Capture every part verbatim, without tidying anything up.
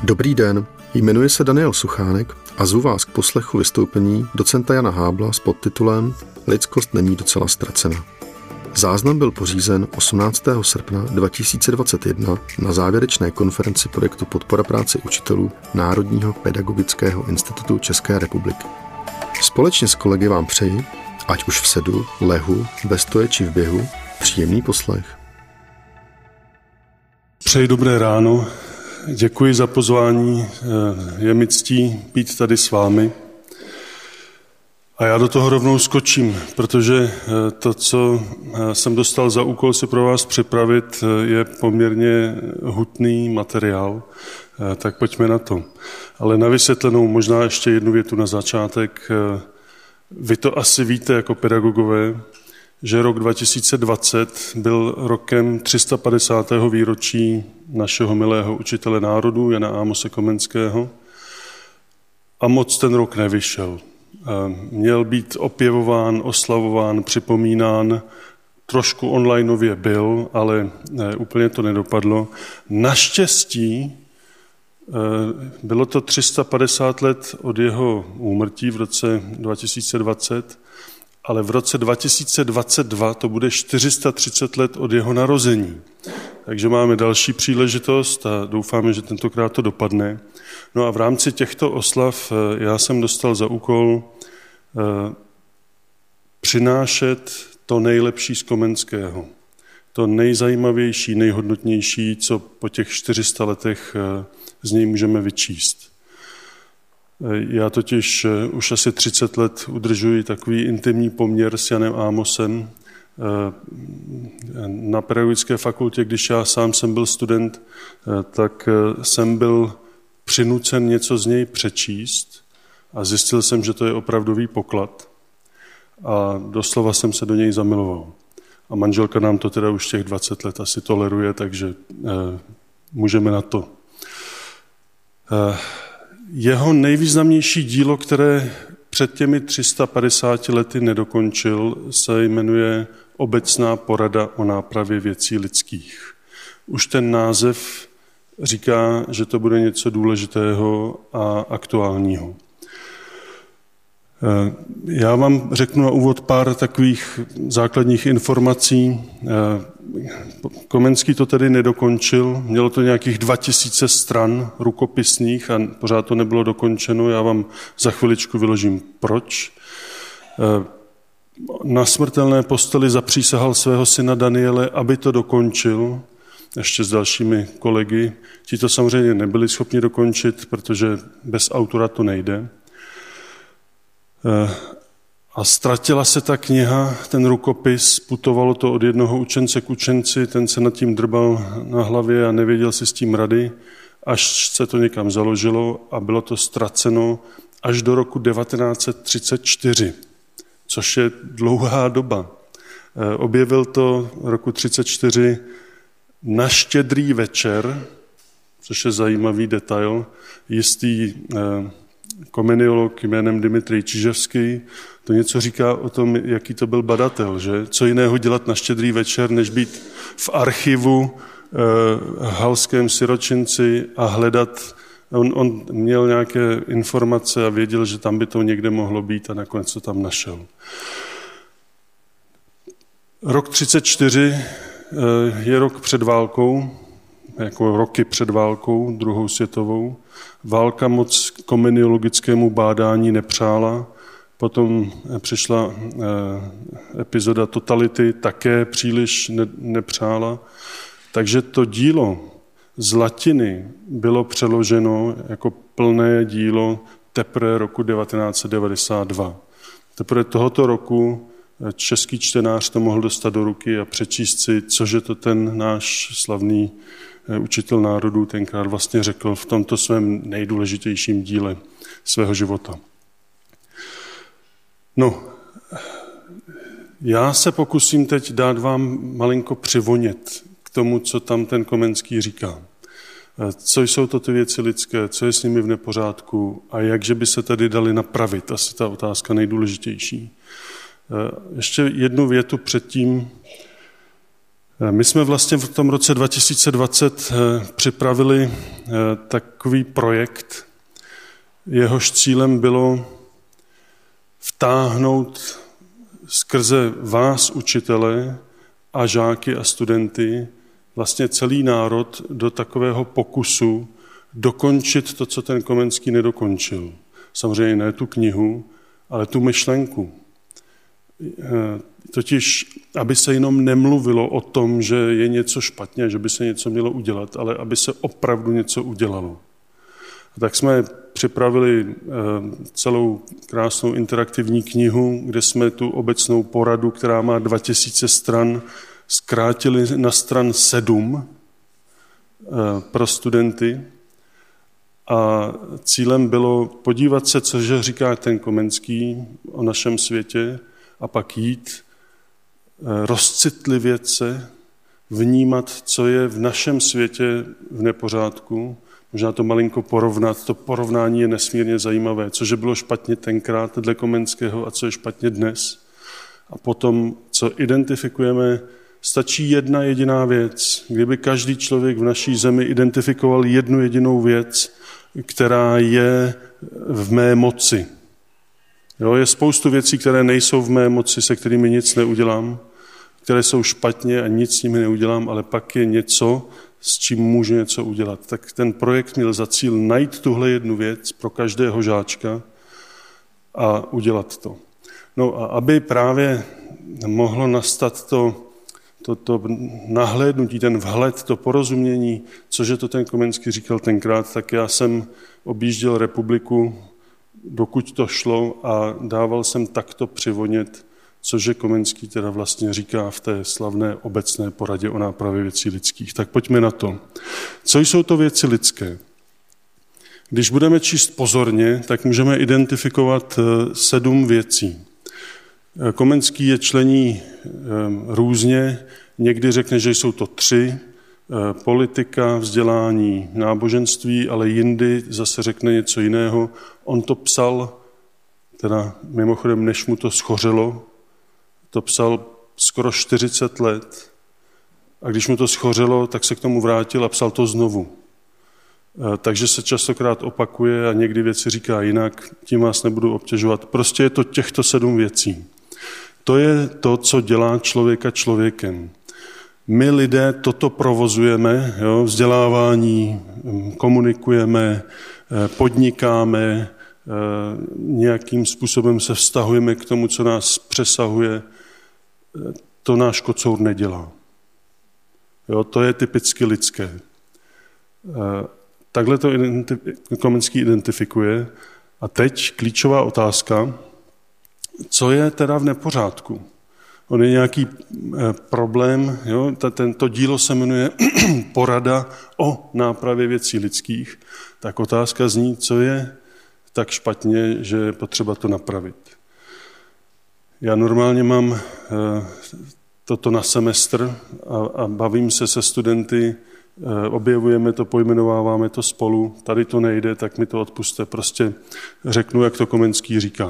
Dobrý den, jmenuji se Daniel Suchánek a zvu vás k poslechu vystoupení docenta Jana Hábla s podtitulem Lidskost není docela ztracena. Záznam byl pořízen osmnáctého srpna dva tisíce dvacet jedna na závěrečné konferenci projektu Podpora práce učitelů Národního pedagogického institutu České republiky. Společně s kolegy vám přeji, ať už v sedu, lehu, ve stoje či v běhu, příjemný poslech. Přeji dobré ráno, děkuji za pozvání, je mi ctí být tady s vámi. A já do toho rovnou skočím, protože to, co jsem dostal za úkol si pro vás připravit, je poměrně hutný materiál, tak pojďme na to. Ale na vysvětlenou možná ještě jednu větu na začátek. Vy to asi víte jako pedagogové, že rok dva tisíce dvacet byl rokem tři sta padesátého výročí našeho milého učitele národů Jana Amose Komenského a moc ten rok nevyšel. Měl být opěvován, oslavován, připomínán, trošku onlineově byl, ale ne, úplně to nedopadlo. Naštěstí bylo to tři sta padesát let od jeho úmrtí v roce dva tisíce dvacet, ale v roce dva tisíce dvacet dva to bude čtyři sta třicet let od jeho narození. Takže máme další příležitost a doufáme, že tentokrát to dopadne. No a v rámci těchto oslav já jsem dostal za úkol přinášet to nejlepší z Komenského. To nejzajímavější, nejhodnotnější, co po těch čtyři sta letech z něj můžeme vyčíst. Já totiž už asi třicet let udržuji takový intimní poměr s Janem Amosem. Na pedagogické fakultě, když já sám jsem byl student, tak jsem byl přinucen něco z něj přečíst a zjistil jsem, že to je opravdový poklad a doslova jsem se do něj zamiloval. A manželka nám to teda už těch dvacet let asi toleruje, takže můžeme na to. Jeho nejvýznamnější dílo, které před těmi tři sta padesáti lety nedokončil, se jmenuje Obecná porada o nápravě věcí lidských. Už ten název říká, že to bude něco důležitého a aktuálního. Já vám řeknu na úvod pár takových základních informací. Komenský to tedy nedokončil, mělo to nějakých dva tisíce stran rukopisných a pořád to nebylo dokončeno. Já vám za chviličku vyložím proč. Na smrtelné posteli zapřísahal svého syna Daniele, aby to dokončil, ještě s dalšími kolegy. Ti to samozřejmě nebyli schopni dokončit, protože bez autora to nejde. A ztratila se ta kniha, ten rukopis, putovalo to od jednoho učence k učenci, ten se nad tím drbal na hlavě a nevěděl si s tím rady, až se to někam založilo a bylo to ztraceno až do roku devatenáct set třicet čtyři, což je dlouhá doba. Objevil to roku třicet čtyři na Štědrý večer, což je zajímavý detail, jistý komeniolog jménem Dimitrij Čiževský, to něco říká o tom, jaký to byl badatel, že? Co jiného dělat na Štědrý večer, než být v archivu eh, halském siročinci a hledat. On, on měl nějaké informace a věděl, že tam by to někde mohlo být a nakonec to tam našel. Rok třicet čtyři eh, je rok před válkou, jako roky před válkou, druhou světovou. Válka moc komeniologickému bádání nepřála, potom přišla epizoda totality, také příliš nepřála. Takže to dílo z latiny bylo přeloženo jako plné dílo teprve roku devatenáct set devadesát dva. Teprve tohoto roku český čtenář to mohl dostat do ruky a přečíst si, cože to ten náš slavný učitel národů tenkrát vlastně řekl v tomto svém nejdůležitějším díle svého života. No, já se pokusím teď dát vám malinko přivonět k tomu, co tam ten Komenský říká. Co jsou to ty věci lidské, co je s nimi v nepořádku a jakže by se tady dali napravit, asi ta otázka nejdůležitější. Ještě jednu větu předtím. My jsme vlastně v tom roce dva tisíce dvacet připravili takový projekt, jehož cílem bylo vtáhnout skrze vás, učitele a žáky a studenty, vlastně celý národ do takového pokusu dokončit to, co ten Komenský nedokončil. Samozřejmě ne tu knihu, ale tu myšlenku. Totiž, aby se jenom nemluvilo o tom, že je něco špatně, že by se něco mělo udělat, ale aby se opravdu něco udělalo. A tak jsme připravili celou krásnou interaktivní knihu, kde jsme tu obecnou poradu, která má dva tisíce stran, zkrátili na stran sedm pro studenty. A cílem bylo podívat se, cože říká ten Komenský o našem světě, a pak jít, rozcitlivět se, vnímat, co je v našem světě v nepořádku, možná to malinko porovnat. To porovnání je nesmírně zajímavé, cože bylo špatně tenkrát dle Komenského a co je špatně dnes. A potom, co identifikujeme, stačí jedna jediná věc. Kdyby každý člověk v naší zemi identifikoval jednu jedinou věc, která je v mé moci. Jo, je spoustu věcí, které nejsou v mé moci, se kterými nic neudělám, které jsou špatně a nic s nimi neudělám, ale pak je něco, s čím můžu něco udělat. Tak ten projekt měl za cíl najít tuhle jednu věc pro každého žáčka a udělat to. No a aby právě mohlo nastat to, to, to nahlédnutí, ten vhled, to porozumění, cože to ten Komenský říkal tenkrát, tak já jsem objížděl republiku, dokud to šlo, a dával jsem takto přivonět, cože Komenský teda vlastně říká v té slavné obecné poradě o nápravě věcí lidských. Tak pojďme na to. Co jsou to věci lidské? Když budeme číst pozorně, tak můžeme identifikovat sedm věcí. Komenský je člení různě, někdy řekne, že jsou to tři, politika, vzdělání, náboženství, ale jindy zase řekne něco jiného. On to psal, teda mimochodem, než mu to schořelo, to psal skoro čtyřicet let, a když mu to schořelo, tak se k tomu vrátil a psal to znovu. Takže se častokrát opakuje a někdy věci říká jinak, tím vás nebudu obtěžovat. Prostě je to těchto sedm věcí. To je to, co dělá člověka člověkem. My lidé toto provozujeme, jo, vzdělávání, komunikujeme, podnikáme, nějakým způsobem se vztahujeme k tomu, co nás přesahuje. To náš kocour nedělá. Jo, to je typicky lidské. Takhle to Komenský identifikuje. A teď klíčová otázka, co je teda v nepořádku? On je nějaký problém, jo? Tento dílo se jmenuje Porada o nápravě věcí lidských, tak otázka zní, co je tak špatně, že je potřeba to napravit. Já normálně mám toto na semestr a, a bavím se se studenty, objevujeme to, pojmenováváme to spolu, tady to nejde, tak mi to odpuste, prostě řeknu, jak to Komenský říká.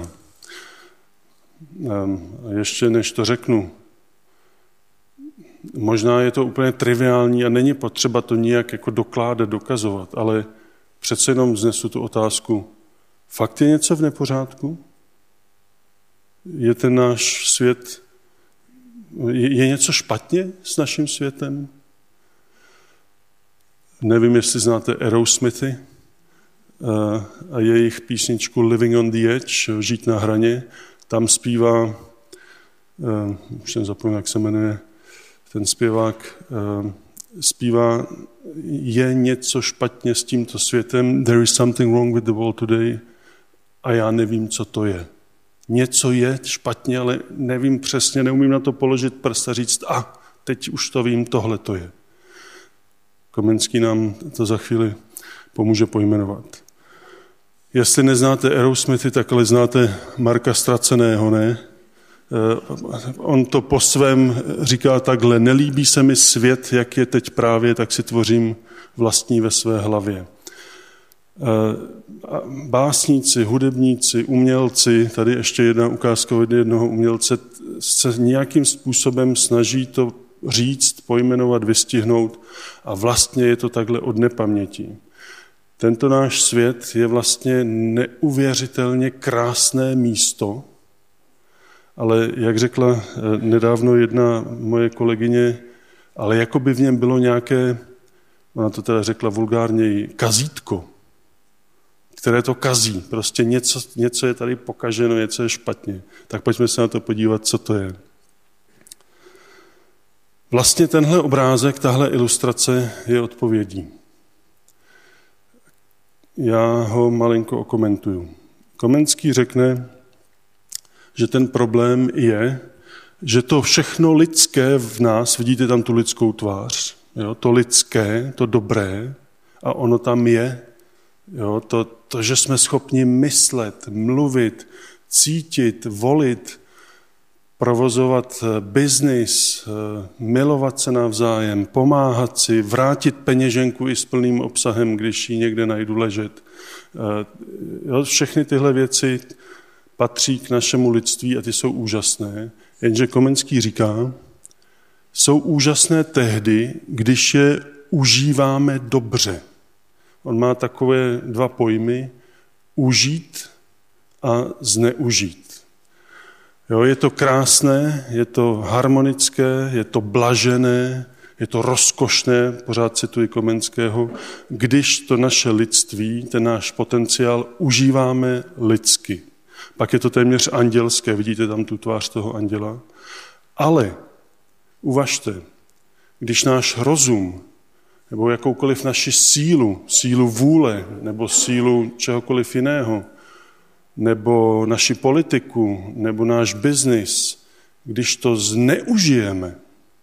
A ještě než to řeknu, možná je to úplně triviální a není potřeba to nijak jako dokládat, dokazovat, ale přece jenom vznesu tu otázku. Fakt je něco v nepořádku? Je ten náš svět, je, je něco špatně s naším světem? Nevím, jestli znáte Aerosmithy a jejich písničku Living on the Edge, Žít na hraně. Tam zpívá, už jsem zapomněl, jak se jmenuje ten zpěvák, zpívá, je něco špatně s tímto světem, there is something wrong with the world today, a já nevím, co to je. Něco je špatně, ale nevím přesně, neumím na to položit prst a říct, a teď už to vím, tohle to je. Komenský nám to za chvíli pomůže pojmenovat. Jestli neznáte Aerosmithy, tak ale znáte Marka Ztraceného, ne? On to po svém říká takhle, nelíbí se mi svět, jak je teď právě, tak si tvořím vlastní ve své hlavě. Básníci, hudebníci, umělci, tady ještě jedna ukázka od jednoho umělce, se nějakým způsobem snaží to říct, pojmenovat, vystihnout a vlastně je to takhle od nepaměti. Tento náš svět je vlastně neuvěřitelně krásné místo, ale jak řekla nedávno jedna moje kolegyně, ale jako by v něm bylo nějaké, ona to teda řekla vulgárněji, kazítko, které to kazí. Prostě něco, něco je tady pokaženo, něco je špatně. Tak pojďme se na to podívat, co to je. Vlastně tenhle obrázek, tahle ilustrace je odpovědí. Já ho malinko okomentuju. Komenský řekne, že ten problém je, že to všechno lidské v nás, vidíte tam tu lidskou tvář, jo, to lidské, to dobré, a ono tam je, jo, to, to, že jsme schopni myslet, mluvit, cítit, volit, provozovat biznis, milovat se navzájem, pomáhat si, vrátit peněženku i s plným obsahem, když ji někde najdu ležet. Jo, všechny tyhle věci patří k našemu lidství a ty jsou úžasné. Jenže Komenský říká, jsou úžasné tehdy, když je užíváme dobře. On má takové dva pojmy, užít a zneužít. Jo, je to krásné, je to harmonické, je to blažené, je to rozkošné, pořád cituji Komenského, když to naše lidství, ten náš potenciál užíváme lidsky. Pak je to téměř andělské, vidíte tam tu tvář toho anděla. Ale uvažte, když náš rozum nebo jakoukoliv naši sílu, sílu vůle nebo sílu čehokoliv jiného, nebo naši politiku, nebo náš biznis, když to zneužijeme,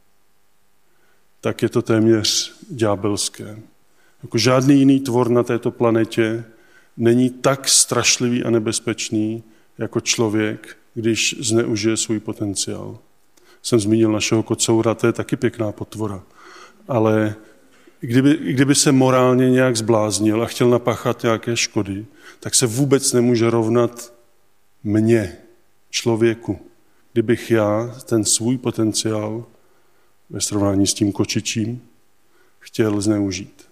tak je to téměř ďábelské. Jako žádný jiný tvor na této planetě není tak strašlivý a nebezpečný jako člověk, když zneužije svůj potenciál. Jsem zmínil našeho kocoura, to je taky pěkná potvora. Ale kdyby, kdyby se morálně nějak zbláznil a chtěl napáchat nějaké škody, tak se vůbec nemůže rovnat mně, člověku, kdybych já ten svůj potenciál ve srovnání s tím kočičím chtěl zneužít.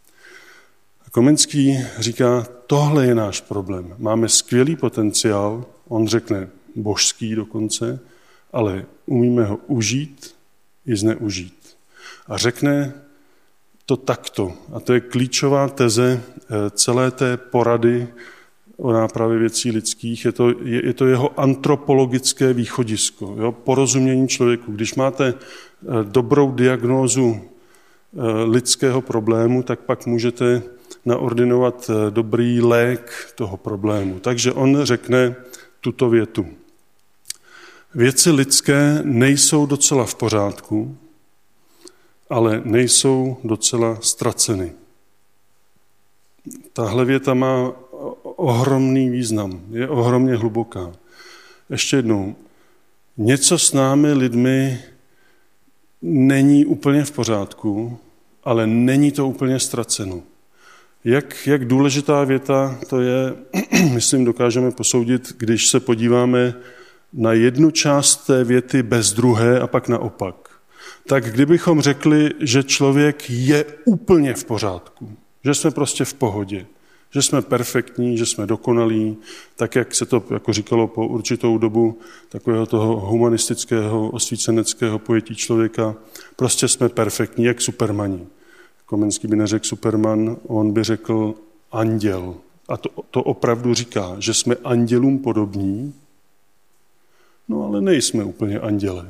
A Komenský říká, tohle je náš problém. Máme skvělý potenciál, on řekne božský dokonce, ale umíme ho užít i zneužít. A řekne to takto. A to je klíčová teze celé té porady o nápravě věcí lidských. Je to, je, je to jeho antropologické východisko, jo? Porozumění člověku. Když máte dobrou diagnózu lidského problému, tak pak můžete naordinovat dobrý lék toho problému. Takže on řekne tuto větu. Věci lidské nejsou docela v pořádku, ale nejsou docela ztraceny. Tahle věta má ohromný význam, je ohromně hluboká. Ještě jednou, něco s námi lidmi není úplně v pořádku, ale není to úplně ztraceno. Jak, jak důležitá věta to je, myslím, dokážeme posoudit, když se podíváme na jednu část té věty bez druhé a pak naopak. Tak kdybychom řekli, že člověk je úplně v pořádku, že jsme prostě v pohodě, že jsme perfektní, že jsme dokonalí, tak jak se to jako říkalo po určitou dobu takového toho humanistického, osvíceneckého pojetí člověka, prostě jsme perfektní, jak supermani. Komenský by neřekl superman, on by řekl anděl. A to, to opravdu říká, že jsme andělům podobní, no ale nejsme úplně andělé.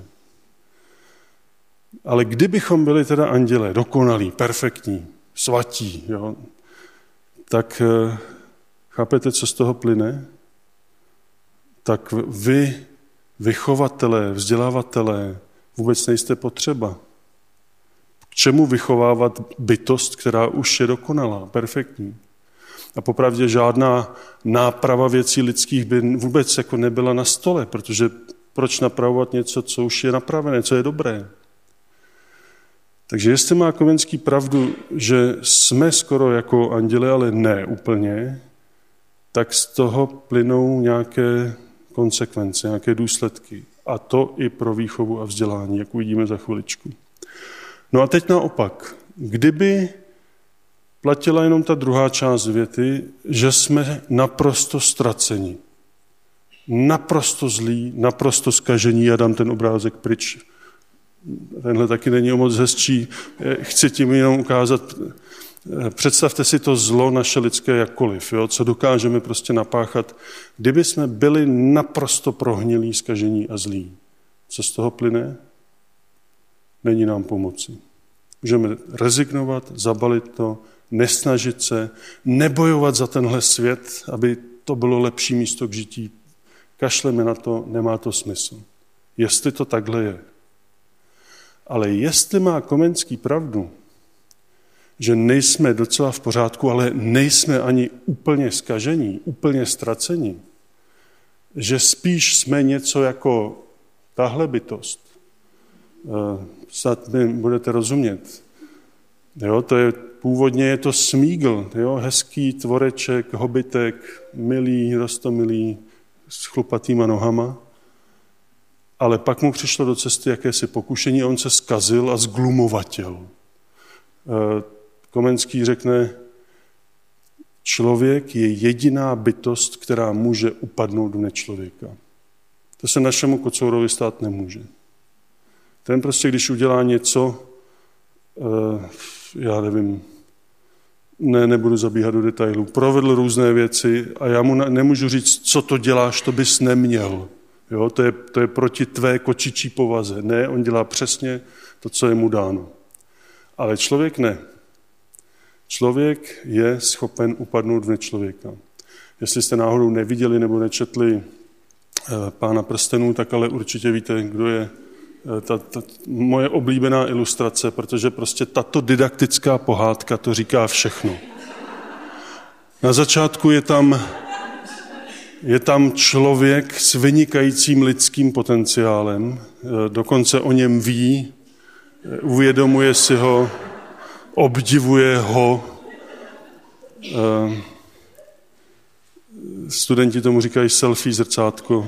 Ale kdybychom byli teda andělé, dokonalí, perfektní, svatí, jo, tak chápete, co z toho plyne? Tak vy, vychovatelé, vzdělávatelé, vůbec nejste potřeba. K čemu vychovávat bytost, která už je dokonalá, perfektní? A popravdě žádná náprava věcí lidských by vůbec jako nebyla na stole, protože proč napravovat něco, co už je napravené, co je dobré? Takže jestli má Komenský pravdu, že jsme skoro jako anděle, ale ne úplně, tak z toho plynou nějaké konsekvence, nějaké důsledky. A to i pro výchovu a vzdělání, jak uvidíme za chviličku. No a teď naopak, kdyby platila jenom ta druhá část věty, že jsme naprosto ztraceni, naprosto zlí, naprosto zkažení, já dám ten obrázek pryč, tenhle taky není o moc hezčí, chci tím jenom ukázat, představte si to zlo naše lidské jakkoliv, jo, co dokážeme prostě napáchat, kdyby jsme byli naprosto prohnilí, zkažení a zlí. Co z toho plyne? Není nám pomoci. Můžeme rezignovat, zabalit to, nesnažit se, nebojovat za tenhle svět, aby to bylo lepší místo k žití. Kašleme na to, nemá to smysl. Jestli to takhle je. Ale jestli má Komenský pravdu, že nejsme docela v pořádku, ale nejsme ani úplně zkažení, úplně ztracení, že spíš jsme něco jako tahle bytost, snad mi budete rozumět. Jo, to je, původně je to smígl, jo, hezký tvoreček, hobitek, milý, roztomilý, s chlupatýma nohama, ale pak mu přišlo do cesty jakési pokušení a on se zkazil a zglumovatěl. Komenský řekne, člověk je jediná bytost, která může upadnout do nečlověka. To se našemu kocourovi stát nemůže. Ten prostě, když udělá něco, já nevím, ne, nebudu zabíhat do detailů, provedl různé věci a já mu nemůžu říct, co to děláš, to bys neměl. Jo, to je, to je proti tvé kočičí povaze. Ne, on dělá přesně to, co je mu dáno. Ale člověk ne. Člověk je schopen upadnout v nečlověka. Jestli jste náhodou neviděli nebo nečetli Pána prstenů, tak ale určitě víte, kdo je ta, ta moje oblíbená ilustrace, protože prostě tato didaktická pohádka to říká všechno. Na začátku je tam, je tam člověk s vynikajícím lidským potenciálem, dokonce o něm ví, uvědomuje si ho, obdivuje ho. Studenti tomu říkají selfie zrcátko.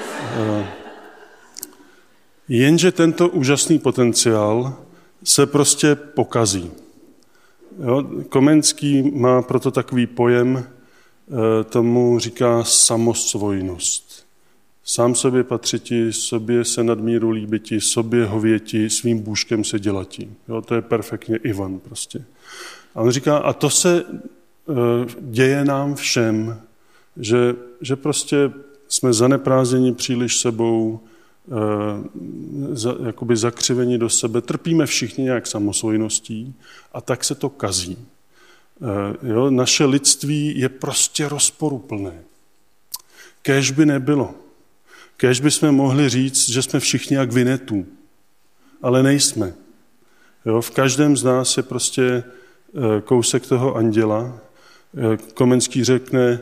Jenže tento úžasný potenciál se prostě pokazí. Jo? Komenský má proto takový pojem, tomu říká samosvojnost. Sám sobě patřiti, sobě se nadmíru líbiti, sobě hověti, svým bůžkem se dělati. Jo? To je perfektně Ivan prostě. A on říká, a to se děje nám všem, že, že prostě jsme zaneprázdněni příliš sebou, za, jakoby zakřiveni do sebe, trpíme všichni nějak samosvojností a tak se to kazí. Jo, naše lidství je prostě rozporuplné. Kéž by nebylo. Kéž by jsme mohli říct, že jsme všichni jak Vinetů, ale nejsme. Jo, v každém z nás je prostě kousek toho anděla. Komenský řekne,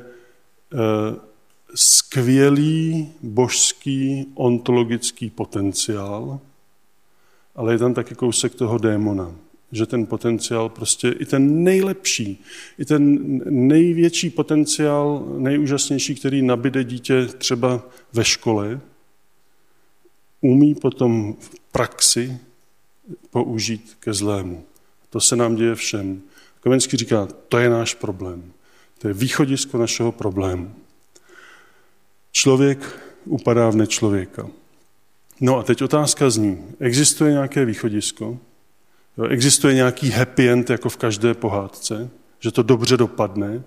skvělý božský ontologický potenciál, ale je tam taky kousek toho démona, že ten potenciál prostě, i ten nejlepší, i ten největší potenciál, nejúžasnější, který nabide dítě třeba ve škole, umí potom v praxi použít ke zlému. To se nám děje všem. Komenský říká, to je náš problém. To je východisko našeho problému. Člověk upadá v nečlověka. No a teď otázka zní, existuje nějaké východisko? Jo, existuje nějaký happy end, jako v každé pohádce, že to dobře dopadne?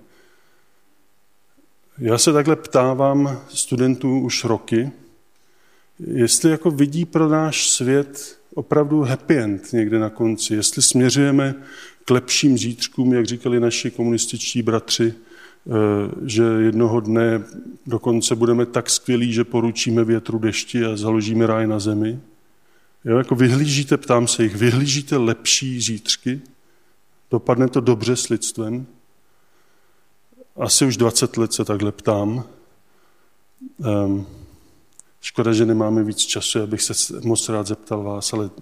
Já se takhle ptávám studentů už roky, jestli jako vidí pro náš svět opravdu happy end někde na konci, jestli směřujeme k lepším zítřkům, jak říkali naši komunističtí bratři, že jednoho dne dokonce budeme tak skvělí, že poručíme větru dešti a založíme ráj na zemi. Jo, jako vyhlížíte, ptám se jich, vyhlížíte lepší zítřky? Dopadne to dobře s lidstvem? Asi už dvacet let se takhle ptám. Um, škoda, že nemáme víc času, abych se moc rád zeptal vás, ale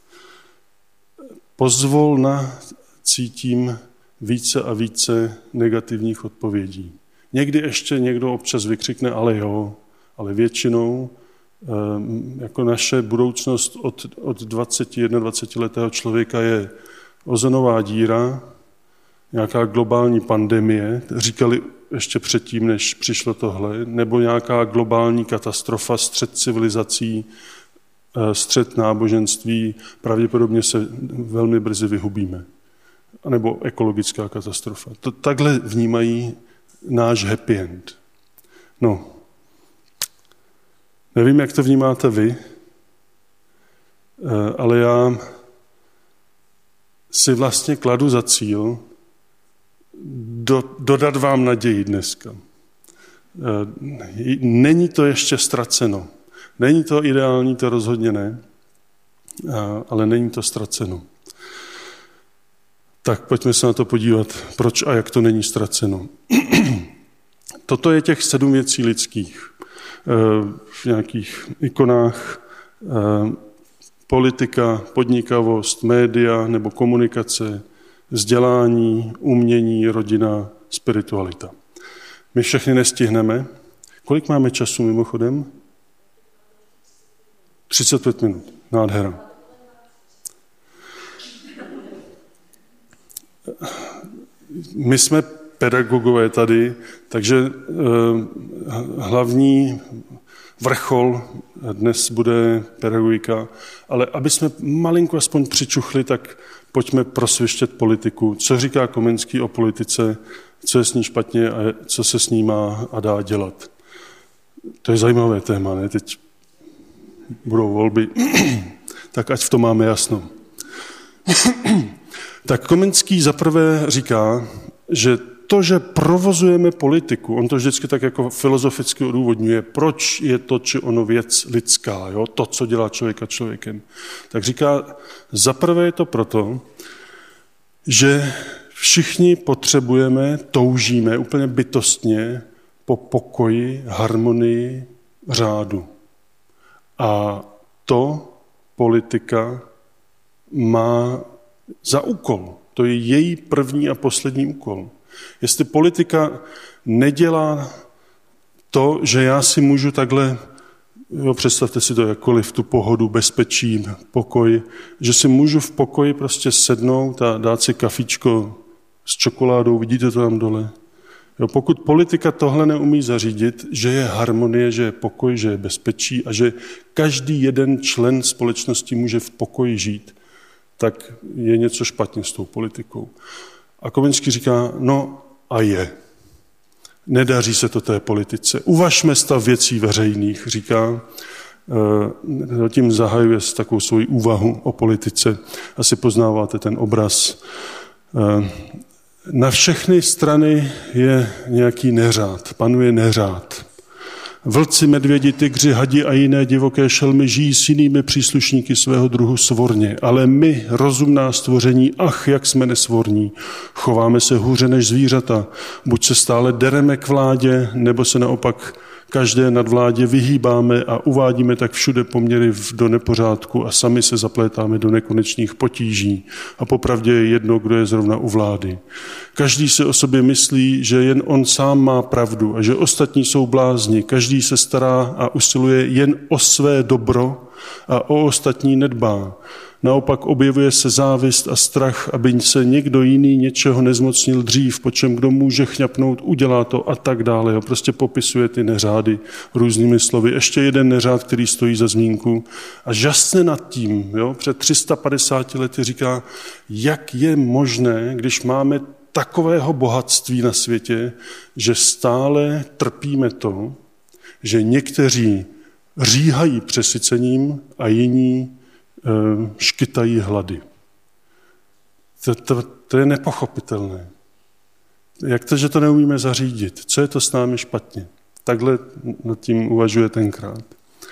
pozvolna cítím více a více negativních odpovědí. Někdy ještě někdo občas vykřikne, ale jo, ale většinou jako naše budoucnost od, od dvacet, jednadvacetiletého člověka je ozonová díra, nějaká globální pandemie, říkali ještě předtím, než přišlo tohle, nebo nějaká globální katastrofa, střet civilizací, střet náboženství, pravděpodobně se velmi brzy vyhubíme. A nebo ekologická katastrofa. To takhle vnímají náš happy end. No, nevím, jak to vnímáte vy, ale já si vlastně kladu za cíl do, dodat vám naději dneska. Není to ještě ztraceno. Není to ideální, to rozhodně ne, ale není to ztraceno. Tak pojďme se na to podívat, proč a jak to není ztraceno. Toto je těch sedm věcí lidských. V nějakých ikonách politika, podnikavost, média nebo komunikace, vzdělání, umění, rodina, spiritualita. My všechny nestihneme. Kolik máme času mimochodem? třicet pět minut. Nádhera. My jsme pedagogové tady, takže hlavní vrchol dnes bude pedagogika, ale aby jsme malinko aspoň přičuchli, tak pojďme prosvištět politiku. Co říká Komenský o politice, co je s ní špatně a co se s ní má a dá dělat. To je zajímavé téma, ne? Teď budou volby, tak ať v tom máme jasno. Tak Komenský zaprvé říká, že to, že provozujeme politiku, on to vždycky tak jako filozoficky odůvodňuje, proč je to, či ono věc lidská, jo? To, co dělá člověka člověkem. Tak říká, zaprvé je to proto, že všichni potřebujeme, toužíme úplně bytostně po pokoji, harmonii, řádu. A to politika má za úkol. To je její první a poslední úkol. Jestli politika nedělá to, že já si můžu takhle, jo, představte si to jakkoliv, tu pohodu, bezpečí, pokoj, že si můžu v pokoji prostě sednout a dát si kafičko s čokoládou, vidíte to tam dole. Jo, pokud politika tohle neumí zařídit, že je harmonie, že je pokoj, že je bezpečí a že každý jeden člen společnosti může v pokoji žít, tak je něco špatně s tou politikou. A Komenský říká, no a je. Nedaří se to té politice. Uvažme stav věcí veřejných, říká, tím zahajuje s takovou svoji úvahu o politice. Asi poznáváte ten obraz. Na všechny strany je nějaký neřád, panuje neřád. Vlci, medvědi, tygři, hadi a jiné divoké šelmy žijí s jinými příslušníky svého druhu svorně, ale my, rozumná stvoření, ach, jak jsme nesvorní, chováme se hůře než zvířata, buď se stále dereme k vládě, nebo se naopak každé nadvládě vyhýbáme a uvádíme tak všude poměry do nepořádku a sami se zaplétáme do nekonečných potíží. A popravdě je jedno, kdo je zrovna u vlády. Každý se o sobě myslí, že jen on sám má pravdu a že ostatní jsou blázni. Každý se stará a usiluje jen o své dobro a o ostatní nedbá. Naopak objevuje se závist a strach, aby se někdo jiný něčeho nezmocnil dřív, po čem kdo může chňapnout, udělá to a tak dále. Jo. Prostě popisuje ty neřády různými slovy. Ještě jeden neřád, který stojí za zmínku a žasne nad tím. Jo. Před tři sta padesáti lety říká, jak je možné, když máme takového bohatství na světě, že stále trpíme to, že někteří říhají přesycením a jiní škytají hlady. To, to, to je nepochopitelné. Jak to, že to neumíme zařídit? Co je to s námi špatně? Takhle nad tím uvažuje tenkrát.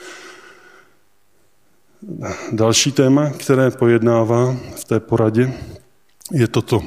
Další téma, které pojednává v té poradě, je toto.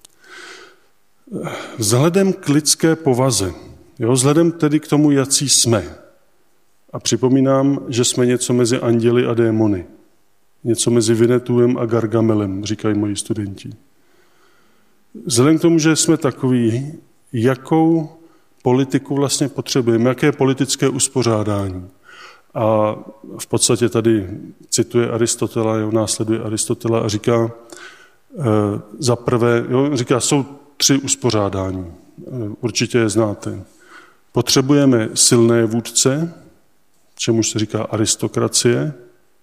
Vzhledem k lidské povaze, jo, vzhledem tedy k tomu, jací jsme, a připomínám, že jsme něco mezi anděli a démony, něco mezi Vinetuem a Gargamelem, říkají moji studenti. Vzhledem k tomu, že jsme takový, jakou politiku vlastně potřebujeme, jaké politické uspořádání. A v podstatě tady cituje Aristotela, jo, následuje Aristotela a říká, e, za prvé, jo, říká, jsou tři uspořádání, e, určitě je znáte. Potřebujeme silné vůdce, čemuž se říká aristokracie. E,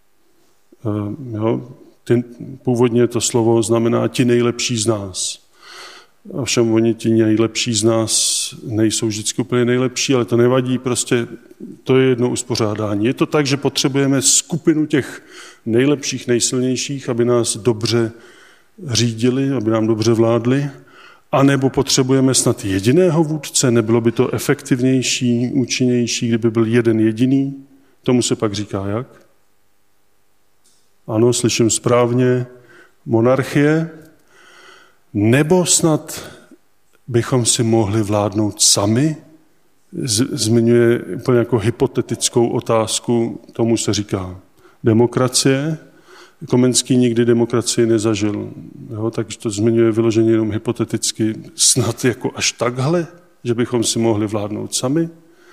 jo, ty, původně to slovo znamená ti nejlepší z nás. Ovšem oni ti nejlepší z nás nejsou vždycky úplně nejlepší, ale to nevadí, prostě to je jedno uspořádání. Je to tak, že potřebujeme skupinu těch nejlepších, nejsilnějších, aby nás dobře řídili, aby nám dobře vládli, anebo potřebujeme snad jediného vůdce, nebylo by to efektivnější, účinnější, kdyby byl jeden jediný? Tomu se pak říká jak? Ano, slyším správně, monarchie. Nebo snad bychom si mohli vládnout sami? Zmiňuje úplně jako hypotetickou otázku, tomu se říká demokracie. Komenský nikdy demokracii nezažil, jo, takže to zmiňuje vyloženě jenom hypoteticky. Snad jako až takhle, že bychom si mohli vládnout sami?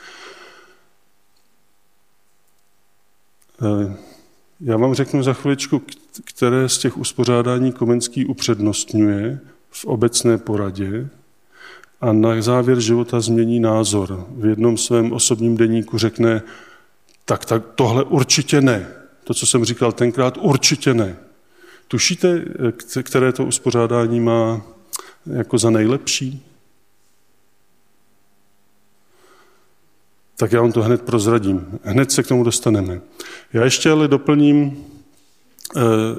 Já vám řeknu za chviličku, které z těch uspořádání Komenský upřednostňuje v obecné poradě a na závěr života změní názor. V jednom svém osobním deníku řekne, tak, tak tohle určitě ne. To, co jsem říkal tenkrát, určitě ne. Tušíte, které to uspořádání má jako za nejlepší? Tak já vám to hned prozradím. Hned se k tomu dostaneme. Já ještě ale doplním eh,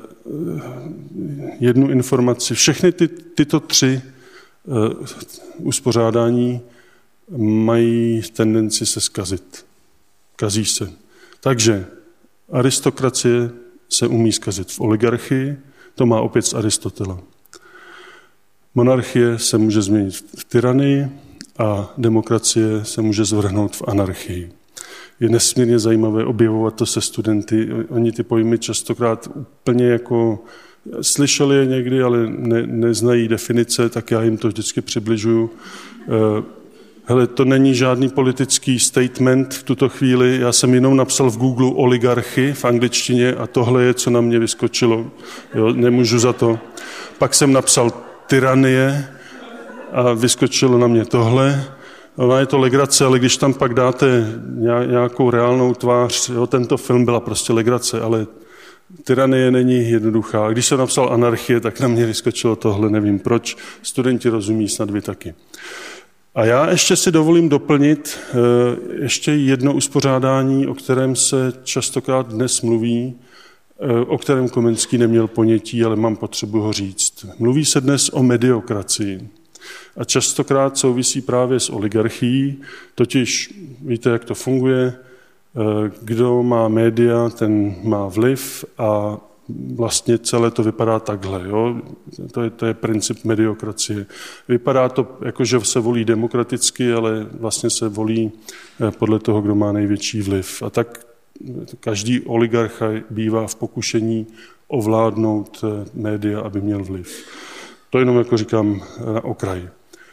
jednu informaci. Všechny ty, tyto tři eh, uspořádání mají tendenci se zkazit. Kazí se. Takže aristokracie se umí zkazit v oligarchii, to má opět z Aristotela. Monarchie se může změnit v tyranii a demokracie se může zvrhnout v anarchii. Je nesmírně zajímavé objevovat to se studenty. Oni ty pojmy častokrát úplně jako slyšeli je někdy, ale ne, neznají definice, tak já jim to vždycky přibližuju. Hele, to není žádný politický statement v tuto chvíli. Já jsem jenom napsal v Google oligarchy v angličtině a tohle je, co na mě vyskočilo. Jo, nemůžu za to. Pak jsem napsal tyranie a vyskočilo na mě tohle. Ona je to legrace, ale když tam pak dáte nějakou reálnou tvář, jo, tento film byla prostě legrace, ale tyranie není jednoduchá. Když jsem napsal anarchie, tak na mě vyskočilo tohle, nevím proč. Studenti rozumí, snad vy taky. A já ještě si dovolím doplnit ještě jedno uspořádání, o kterém se častokrát dnes mluví, o kterém Komenský neměl ponětí, ale mám potřebu ho říct. Mluví se dnes o mediokracii. A častokrát souvisí právě s oligarchií, totiž víte, jak to funguje, kdo má média, ten má vliv a vlastně celé to vypadá takhle. Jo? To, je, to je princip mediokracie. Vypadá to, jako že se volí demokraticky, ale vlastně se volí podle toho, kdo má největší vliv. A tak každý oligarcha bývá v pokušení ovládnout média, aby měl vliv. To jenom jako říkám na okraj.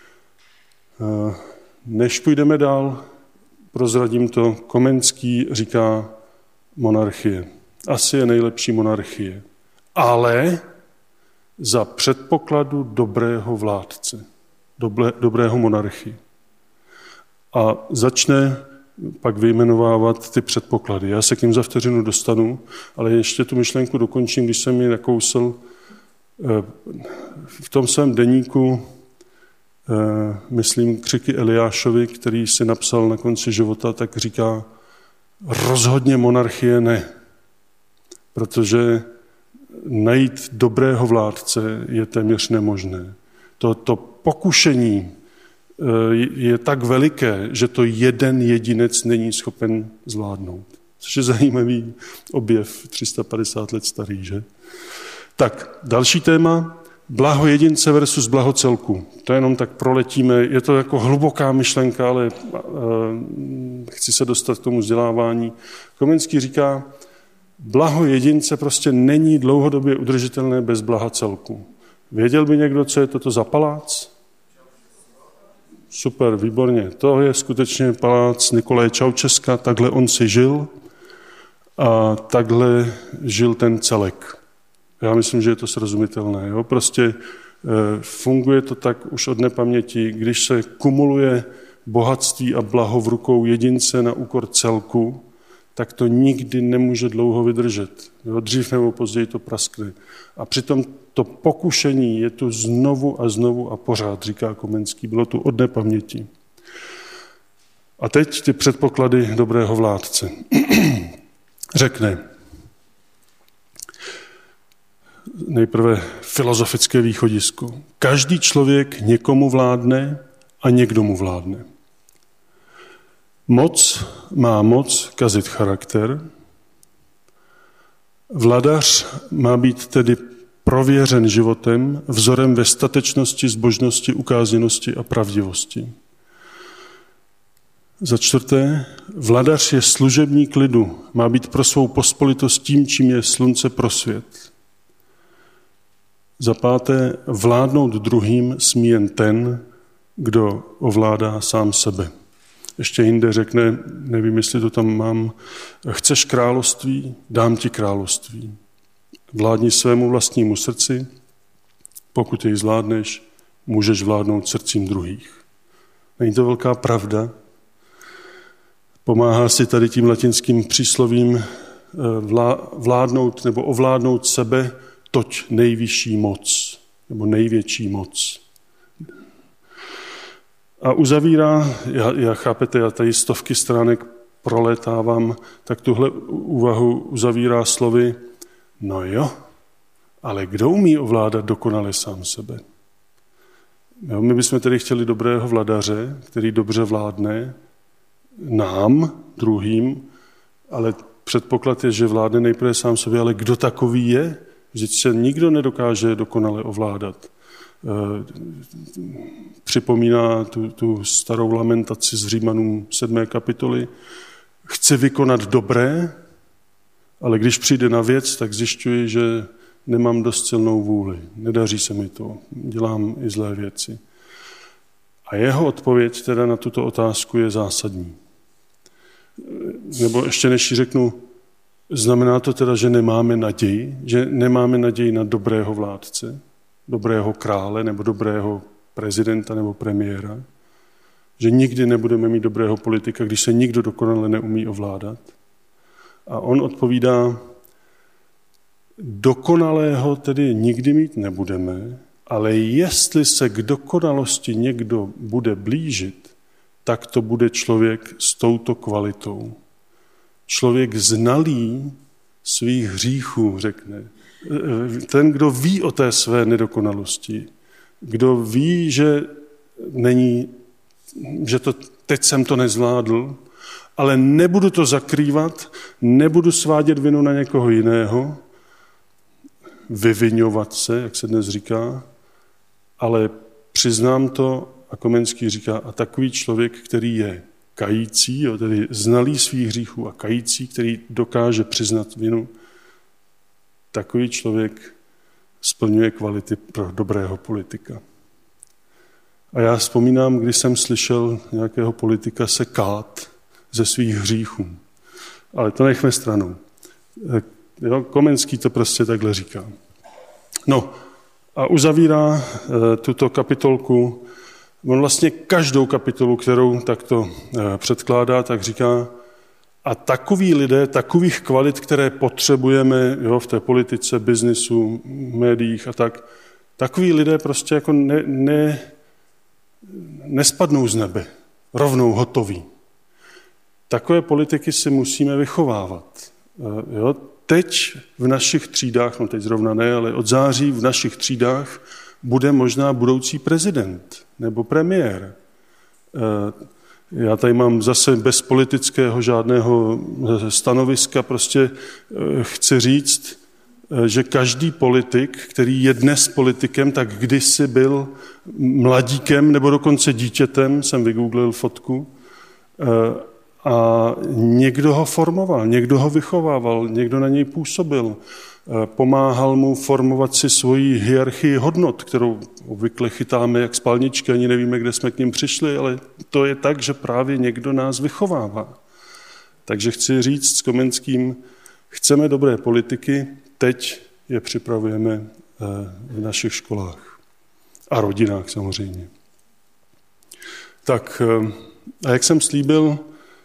Než půjdeme dál, prozradím to, Komenský říká monarchie. Asi je nejlepší monarchie, ale za předpokladu dobrého vládce, doble, dobrého monarchy. A začne pak vyjmenovávat ty předpoklady. Já se k ním za vteřinu dostanu, ale ještě tu myšlenku dokončím, když jsem ji nakousl. V tom svém deníku, myslím, Křiky Eliášovi, který si napsal na konci života, tak říká, rozhodně monarchie ne. Protože najít dobrého vládce je téměř nemožné. To, to pokušení je tak veliké, že to jeden jedinec není schopen zvládnout. Což je zajímavý objev, tři sta padesát let starý, že? Tak, další téma, blaho jedince versus blaho celku. To jenom tak proletíme, je to jako hluboká myšlenka, ale uh, chci se dostat k tomu vzdělávání. Komenský říká, blaho jedince prostě není dlouhodobě udržitelné bez blaha celku. Věděl by někdo, co je toto za palác? Super, výborně. To je skutečně palác Nikolaje Čaučeska, takhle on si žil. a takhle žil ten celek. Já myslím, že je to srozumitelné. Jo? Prostě funguje to tak už od nepaměti, když se kumuluje bohatství a blaho v rukou jedince na úkor celku, tak to nikdy nemůže dlouho vydržet. Jo? Dřív nebo později to praskne. A přitom to pokušení je tu znovu a znovu a pořád, říká Komenský, bylo tu od nepaměti. A teď ty předpoklady dobrého vládce. Řekne, nejprve filozofické východisko. Každý člověk někomu vládne a někdo mu vládne. Moc má moc kazit charakter. Vladař má být tedy prověřen životem, vzorem ve statečnosti, zbožnosti, ukázněnosti a pravdivosti. Za čtvrté, vladař je služebník lidu, má být pro svou pospolitost tím, čím je slunce pro svět. Za páté, vládnout druhým smí jen ten, kdo ovládá sám sebe. Ještě jinde řekne, nevím, jestli to tam mám, chceš království, dám ti království. Vládni svému vlastnímu srdci, pokud jej zvládneš, můžeš vládnout srdcím druhých. Není to velká pravda? Pomáhá si tady tím latinským příslovím vládnout nebo ovládnout sebe, toť nejvyšší moc, nebo největší moc. A uzavírá, já, já chápete, já tady stovky stránek prolétávám, tak tuhle úvahu uzavírá slovy, no jo, ale kdo umí ovládat dokonale sám sebe? Jo, my bychom tedy chtěli dobrého vladaře, který dobře vládne nám, druhým, ale předpoklad je, že vládne nejprve sám sobě, ale kdo takový je? Vždyť se nikdo nedokáže dokonale ovládat. Připomíná tu, tu starou lamentaci z Římanům sedmé kapitoly. Chci vykonat dobré, ale když přijde na věc, tak zjišťuji, že nemám dost silnou vůli. Nedaří se mi to, dělám i zlé věci. A jeho odpověď teda na tuto otázku je zásadní. Nebo ještě než ji řeknu, znamená to teda, že nemáme naději, že nemáme naději na dobrého vládce, dobrého krále nebo dobrého prezidenta nebo premiéra, že nikdy nebudeme mít dobrého politika, když se nikdo dokonale neumí ovládat. A on odpovídá, dokonalého tedy nikdy mít nebudeme, ale jestli se k dokonalosti někdo bude blížit, tak to bude člověk s touto kvalitou. Člověk znalý svých hříchů, řekne. Ten, kdo ví o té své nedokonalosti, kdo ví, že není, že to, teď jsem to nezvládl, ale nebudu to zakrývat, nebudu svádět vinu na někoho jiného, vyviňovat se, jak se dnes říká, ale přiznám to, a Komenský říká, a takový člověk, který je kající, jo, tedy znalý svých hříchů a kající, který dokáže přiznat vinu, takový člověk splňuje kvality pro dobrého politika. A já vzpomínám, když jsem slyšel nějakého politika se kát ze svých hříchů. Ale to nechme stranou. Jo, Komenský to prostě takhle říká. No a uzavírá e, tuto kapitolku. On vlastně každou kapitolu, kterou takto e, předkládá, tak říká, a takoví lidé, takových kvalit, které potřebujeme, jo, v té politice, biznisu, médiích a tak, takoví lidé prostě jako ne, ne, nespadnou z nebe, rovnou hotoví. Takové politiky si musíme vychovávat. E, jo, teď v našich třídách, no teď zrovna ne, ale od září v našich třídách bude možná budoucí prezident nebo premiér. Já tady mám zase bez politického žádného stanoviska, prostě chci říct, že každý politik, který je dnes politikem, tak kdysi byl mladíkem nebo dokonce dítětem, jsem vygooglil fotku, a někdo ho formoval, někdo ho vychovával, někdo na něj působil, pomáhal mu formovat si svoji hierarchii hodnot, kterou obvykle chytáme jak spalničky, ani nevíme, kde jsme k ním přišli, ale to je tak, že právě někdo nás vychovává. Takže chci říct s Komenským, Chceme dobré politiky, teď je připravujeme v našich školách a rodinách samozřejmě. Tak a jak jsem slíbil,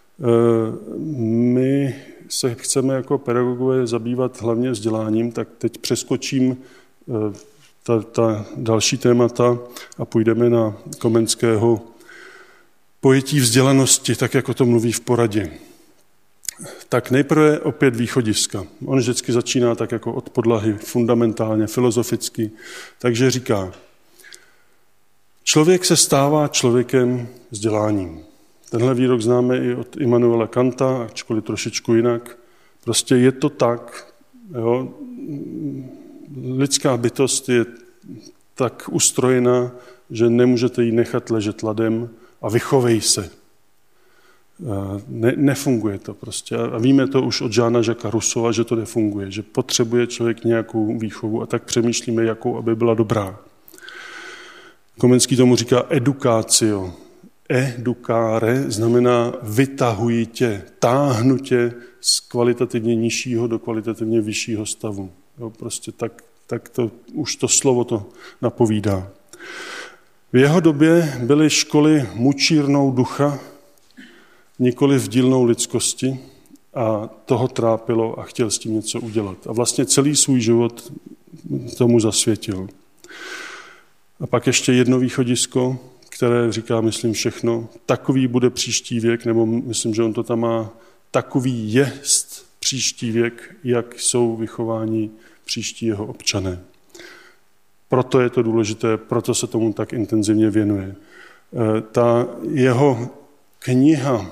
my se chceme jako pedagogové zabývat hlavně vzděláním, tak teď přeskočím ta, ta další témata a půjdeme na Komenského pojetí vzdělanosti, tak jako to mluví v poradě. Tak nejprve opět východiska. On vždycky začíná tak jako od podlahy, fundamentálně, filozoficky. Takže říká, člověk se stává člověkem vzděláním. Tenhle výrok známe i od Immanuela Kanta, ačkoliv trošičku jinak. Prostě je to tak, jo? Lidská bytost je tak ustrojená, že nemůžete ji nechat ležet ladem a vychovej se. Ne, nefunguje to prostě. A víme to už od Jeana Jacquesa Rousseaua, že to nefunguje, že potřebuje člověk nějakou výchovu a tak přemýšlíme, jakou, aby byla dobrá. Komenský tomu říká edukácio. Educare znamená vytahuji tě, táhnu tě z kvalitativně nižšího do kvalitativně vyššího stavu. Jo, prostě tak, tak to, už to slovo to napovídá. V jeho době byly školy mučírnou ducha, nikoli v dílnou lidskosti a toho trápilo a chtěl s tím něco udělat. A vlastně celý svůj život tomu zasvětil. A pak ještě jedno východisko, které říká, myslím, všechno. Takový bude příští věk, nebo myslím, že on to tam má, takový jest příští věk, jak jsou vychováni příští jeho občané. Proto je to důležité, proto se tomu tak intenzivně věnuje. Ta jeho kniha,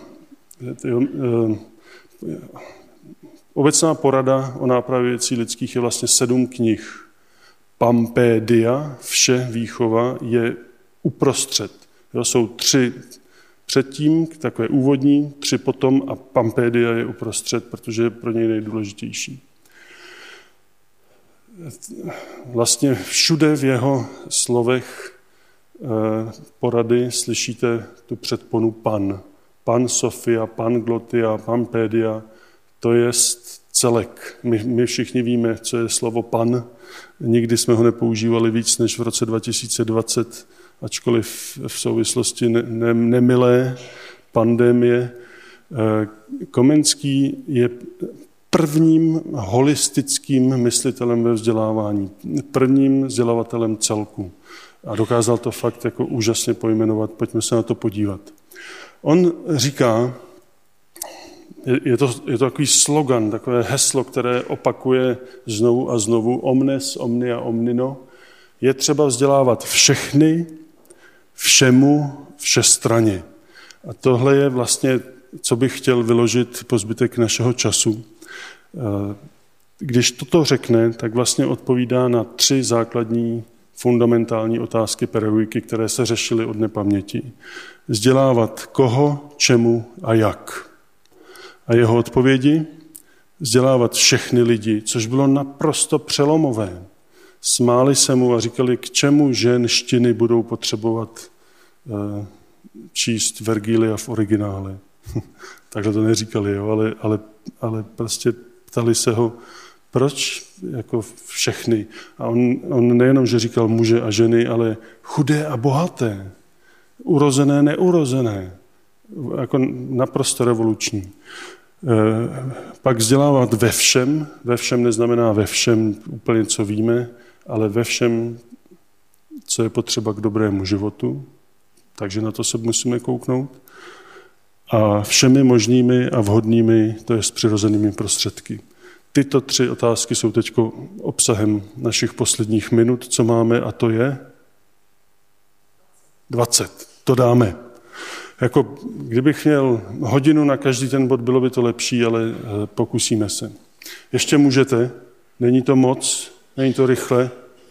obecná porada o nápravě věcí lidských je vlastně sedm knih. Pampédia, vše výchova, je uprostřed. Jo, jsou tři předtím, takové úvodní, tři potom a Pampédia je uprostřed, protože je pro něj nejdůležitější. Vlastně všude v jeho slovech porady slyšíte tu předponu pan. Pan Sofia, pan Glotia, Pampédia, to je celek. My, my všichni víme, co je slovo pan. Nikdy jsme ho nepoužívali víc než v roce dva tisíce dvacet, ačkoliv v souvislosti ne, ne, nemilé pandemie. Komenský je prvním holistickým myslitelem ve vzdělávání, prvním vzdělavatelem celku. A dokázal to fakt jako úžasně pojmenovat. Pojďme se na to podívat. On říká, je to, je to takový slogan, takové heslo, které opakuje znovu a znovu, omnes, omnia, omnino, je třeba vzdělávat všechny, všemu, všestranně. A tohle je vlastně, co bych chtěl vyložit po zbytek našeho času. Když toto řekne, tak vlastně odpovídá na tři základní fundamentální otázky pedagogiky, které se řešily od nepaměti. Vzdělávat koho, čemu a jak. A jeho odpovědi? Vzdělávat všechny lidi, což bylo naprosto přelomové. Smáli se mu a říkali, k čemu ženštiny budou potřebovat uh, číst Vergilia v originále. Takhle to neříkali, jo, ale, ale, ale prostě ptali se ho, proč jako všechny. A on, on nejenom, že říkal muže a ženy, ale chudé a bohaté, urozené, neurozené. Jako naprosto revoluční. E, pak vzdělávat ve všem. Ve všem neznamená ve všem úplně, co víme, ale ve všem, co je potřeba k dobrému životu. Takže na to se musíme kouknout. A všemi možnými a vhodnými, to je s přirozenými prostředky. Tyto tři otázky jsou teď obsahem našich posledních minut, co máme, a to je dvacet. To dáme. Jako, kdybych měl hodinu na každý ten bod, bylo by to lepší, ale pokusíme se. Ještě můžete, není to moc, není to rychle.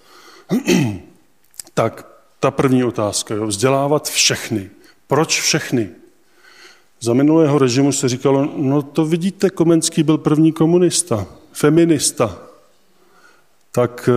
Tak, ta první otázka, jo, vzdělávat všechny. Proč všechny? Za minulého režimu se říkalo, no to vidíte, Komenský byl první komunista, feminista. Tak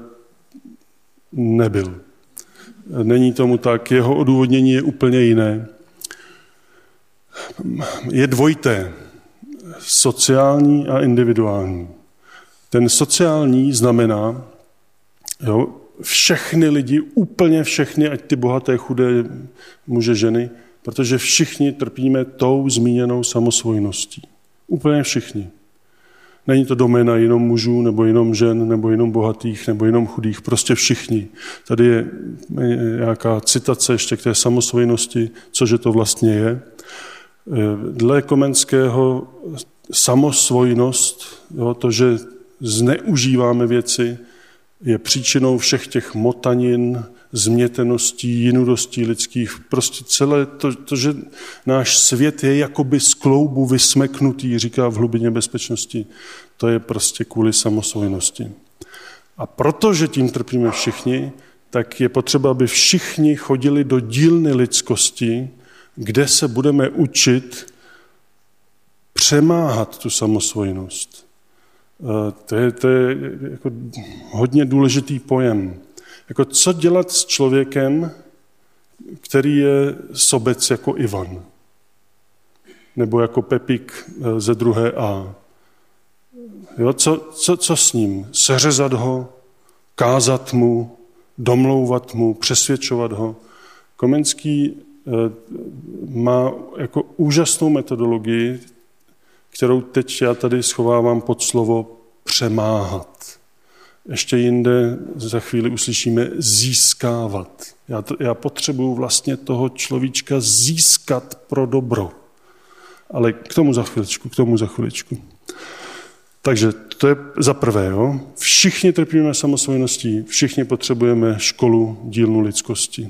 nebyl. Není tomu tak, jeho odůvodnění je úplně jiné. Je dvojité. sociální a individuální. Ten sociální znamená, jo, všechny lidi, úplně všechny, ať ty bohaté, chudé muže, ženy, protože všichni trpíme tou zmíněnou samosvojností. Úplně všichni. Není to doména jenom mužů, nebo jenom žen, nebo jenom bohatých, nebo jenom chudých, prostě všichni. Tady je nějaká citace ještě k té samosvojnosti, cože to vlastně je. Dle Komenského samosvojnost, jo, to, že zneužíváme věci, je příčinou všech těch motanin, změteností, jinudostí lidských. Prostě celé to, to, že náš svět je jakoby z kloubu vysmeknutý, říká v hlubině bezpečnosti, to je prostě kvůli samosvojnosti. A protože tím trpíme všichni, tak je potřeba, aby všichni chodili do dílny lidskosti, kde se budeme učit přemáhat tu samosvojnost. To je, to je jako hodně důležitý pojem. Jako co dělat s člověkem, který je sobec jako Ivan, nebo jako Pepík ze druhé A. Jo, co, co, co s ním? Seřezat ho, kázat mu, domlouvat mu, přesvědčovat ho. Komenský má jako úžasnou metodologii, kterou teď já tady schovávám pod slovo přemáhat. Ještě jinde za chvíli uslyšíme získávat. Já, to, já potřebuju vlastně toho človíčka získat pro dobro. Ale k tomu za chviličku, k tomu za chviličku. Takže to je za prvé. Jo? Všichni trpíme samosvojností, všichni potřebujeme školu, dílnu lidskosti.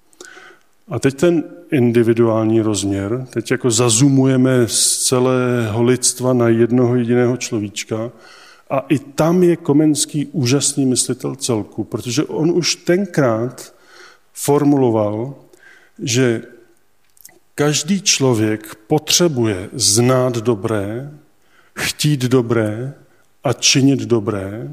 A teď ten individuální rozměr, teď jako zazumujeme z celého lidstva na jednoho jediného človíčka a i tam je Komenský úžasný myslitel celku, protože on už tenkrát formuloval, že každý člověk potřebuje znát dobré, chtít dobré a činit dobré,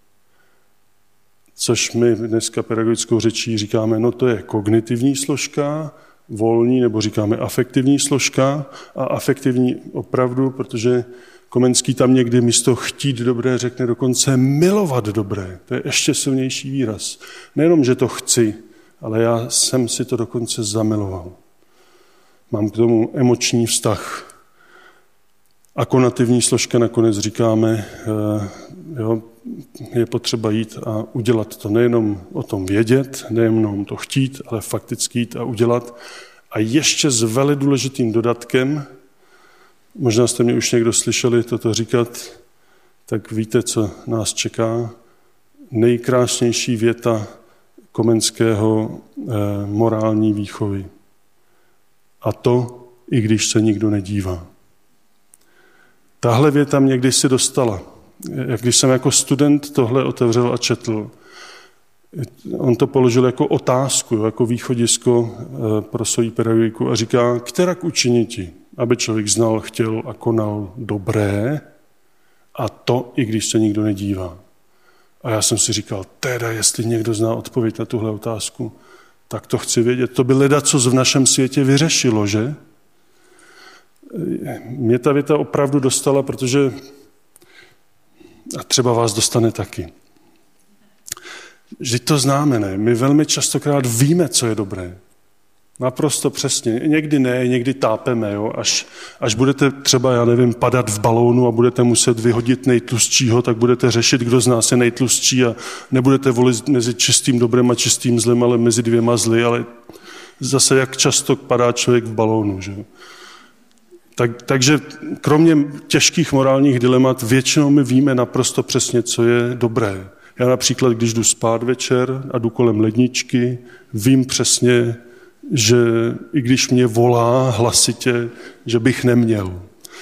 což my dneska pedagogickou řečí říkáme, no to je kognitivní složka, volní, nebo říkáme afektivní složka a afektivní opravdu, protože Komenský tam někdy místo chtít dobré řekne dokonce milovat dobré. To je ještě silnější výraz. Nejenom, že to chci, ale já jsem si to dokonce zamiloval. Mám k tomu emoční vztah. A konativní složka nakonec říkáme, jo, je potřeba jít a udělat to. Nejenom o tom vědět, nejenom to chtít, ale fakticky jít a udělat. A ještě s velmi důležitým dodatkem, možná jste mě už někdo slyšeli toto říkat, tak víte, co nás čeká. Nejkrásnější věta Komenského eh, morální výchovy. A to, i když se nikdo nedívá. Tahle věta mě kdysi dostala. Jak když jsem jako student tohle otevřel a četl, on to položil jako otázku, jako východisko pro svou pedagogiku a říká, kterak učiniti, aby člověk znal, chtěl a konal dobré a to, i když se nikdo nedívá. A já jsem si říkal, teda, jestli někdo zná odpověď na tuhle otázku, tak to chci vědět. To by ledacos v našem světě vyřešilo, že? Mě ta věta opravdu dostala, protože a třeba vás dostane taky. Že to známe, ne? My velmi častokrát víme, co je dobré. Naprosto přesně. Někdy ne, někdy tápeme, jo? Až, až budete třeba, já nevím, padat v balónu a budete muset vyhodit nejtlustšího, tak budete řešit, kdo z nás je nejtlustší a nebudete volit mezi čistým dobrem a čistým zlem, ale mezi dvěma zly, ale zase jak často padá člověk v balónu, že? Tak, takže kromě těžkých morálních dilemat většinou my víme naprosto přesně, co je dobré. Já například, když jdu spát večer a jdu kolem ledničky, vím přesně, že i když mě volá hlasitě, že bych neměl.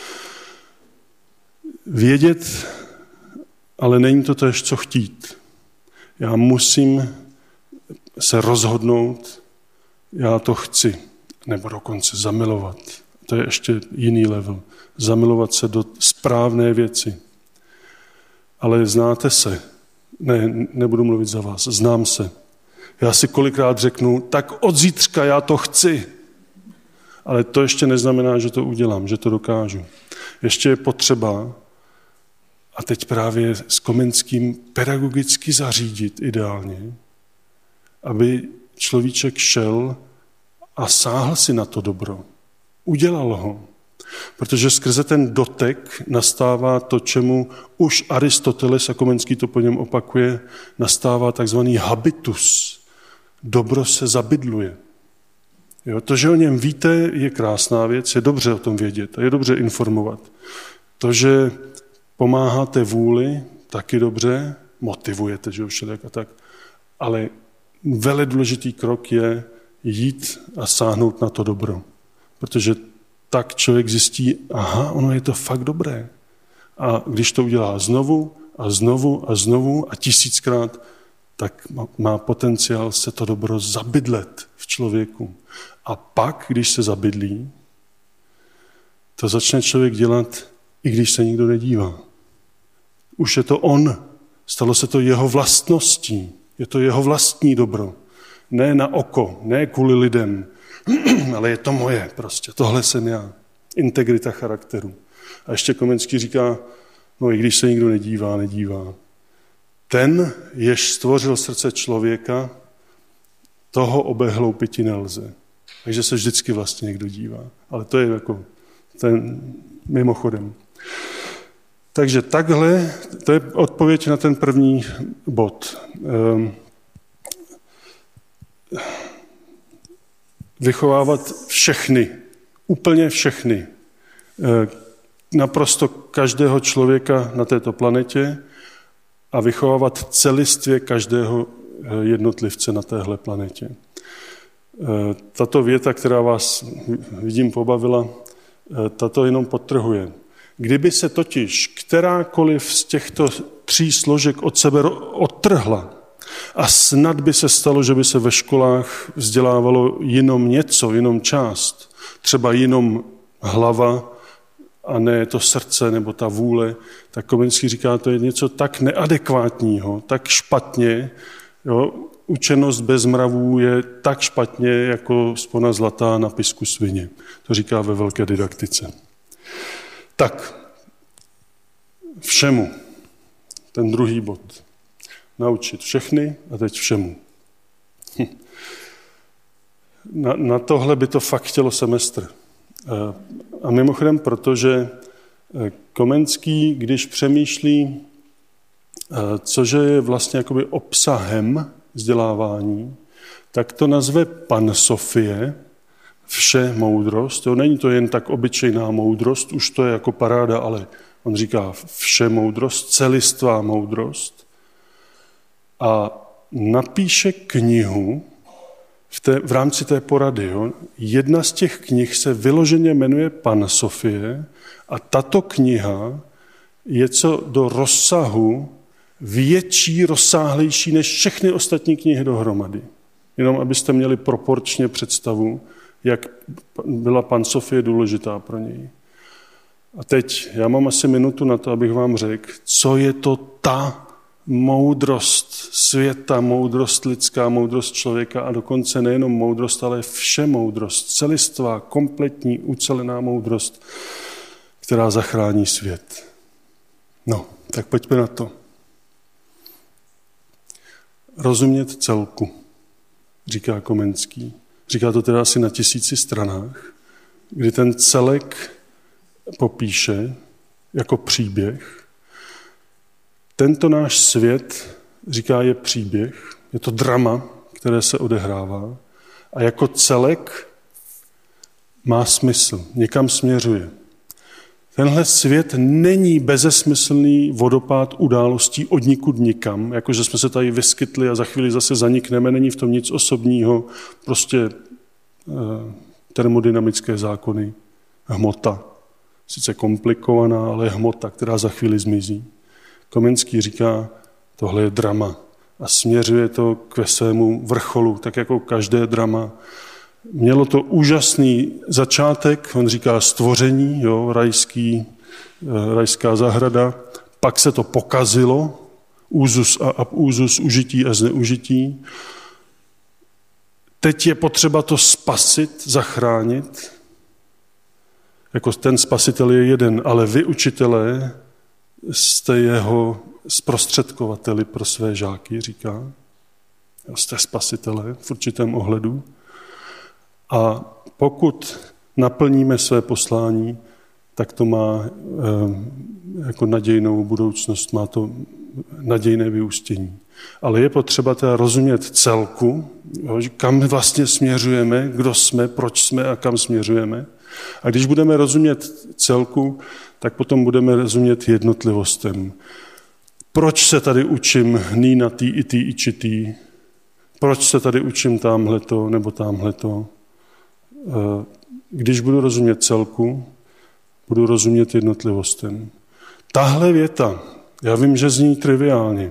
Vědět, ale není to též, co chtít. Já musím se rozhodnout, já to chci, nebo dokonce zamilovat. To je ještě jiný level. Zamilovat se do správné věci. Ale znáte se. Ne, nebudu mluvit za vás. Znám se. Já si kolikrát řeknu, tak od zítřka já to chci. Ale to ještě neznamená, že to udělám, že to dokážu. ještě je potřeba, a teď právě s Komenským, pedagogicky zařídit ideálně, aby človíček šel a sáhl si na to dobro. Udělal ho. Protože skrze ten dotek nastává to, čemu už Aristoteles, a Komenský to po něm opakuje, nastává takzvaný habitus. Dobro se zabydluje. Jo, to, že o něm víte, je krásná věc, je dobře o tom vědět a je dobře informovat. To, že pomáháte vůli, taky dobře, motivujete, že všelijak a tak, ale vele důležitý krok je jít a sáhnout na to dobro. Protože tak člověk zjistí, aha, ono je to fakt dobré. A když to udělá znovu a znovu a znovu a tisíckrát, tak má potenciál se to dobro zabydlet v člověku. A pak, když se zabydlí, to začne člověk dělat, i když se nikdo nedívá. Už je to on, stalo se to jeho vlastností, je to jeho vlastní dobro. Ne na oko, ne kvůli lidem, ale je to moje prostě, tohle jsem já. Integrita charakteru. A ještě Komenský říká, no i když se nikdo nedívá, nedívá. Ten, jež stvořil srdce člověka, toho obehloupiti nelze. Takže se vždycky vlastně někdo dívá. Ale to je jako ten mimochodem. Takže takhle, to je odpověď na ten první bod. Vychovávat všechny, úplně všechny, naprosto každého člověka na této planetě a vychovávat celistvě každého jednotlivce na téhle planetě. Tato věta, která vás, vidím, pobavila, tato jenom podtrhuje. Kdyby se totiž kterákoliv z těchto tří složek od sebe odtrhla a snad by se stalo, že by se ve školách vzdělávalo jenom něco, jenom část, třeba jenom hlava a ne to srdce nebo ta vůle, tak Komenský říká, to je něco tak neadekvátního, tak špatně. Jo? Učenost bez mravů je tak špatně, jako spona zlatá na pisku svině. To říká ve velké didaktice. Tak, všemu. Ten druhý bod. Naučit všechny a teď všemu. Na, na tohle by to fakt chtělo semestr. A mimochodem, protože Komenský, když přemýšlí, cože je vlastně jakoby obsahem vzdělávání, tak to nazve pansofie, vše moudrost. To není to jen tak obyčejná moudrost, už to je jako paráda, ale on říká vše moudrost, celistvá moudrost. A napíše knihu v, té, v rámci té porady. Jo. Jedna z těch knih se vyloženě jmenuje Pansofie a tato kniha je co do rozsahu větší, rozsáhlejší než všechny ostatní knihy dohromady. Jenom abyste měli proporčně představu, jak byla Pansofie důležitá pro něj. A teď, já mám asi minutu na to, abych vám řekl, co je to ta moudrost světa, moudrost lidská, moudrost člověka a dokonce nejenom moudrost, ale vše moudrost, celistvá, kompletní, ucelená moudrost, která zachrání svět. No, tak pojďme na to. Rozumět celku, říká Komenský. Říká to teda asi na tisíci stranách, kdy ten celek popíše jako příběh. Tento náš svět, říká, je příběh, je to drama, které se odehrává a jako celek má smysl, někam směřuje. Tenhle svět není bezesmyslný vodopád událostí od nikud nikam, jakože jsme se tady vyskytli a za chvíli zase zanikneme, není v tom nic osobního, prostě e, termodynamické zákony, hmota. Sice komplikovaná, ale hmota, která za chvíli zmizí. Komenský říká, tohle je drama a směřuje to k svému vrcholu, tak jako každé drama. Mělo to úžasný začátek, on říká stvoření, jo, rajský, rajská zahrada, pak se to pokazilo, úzus a abúzus, užití a zneužití. Teď je potřeba to spasit, zachránit. Jako ten spasitel je jeden, ale vy, učitelé, jste jeho zprostředkovateli pro své žáky, říká. Jste spasitelé v určitém ohledu. A pokud naplníme své poslání, tak to má eh, jako nadějnou budoucnost, má to nadějné vyústění. Ale je potřeba teda rozumět celku, jo, kam vlastně směřujeme, kdo jsme, proč jsme a kam směřujeme. A když budeme rozumět celku, tak potom budeme rozumět jednotlivostem. Proč se tady učím ní na tý, i tý, i či tý? Proč se tady učím támhleto nebo támhleto? Když budu rozumět celku, budu rozumět jednotlivostem. Tahle věta, já vím, že zní triviálně.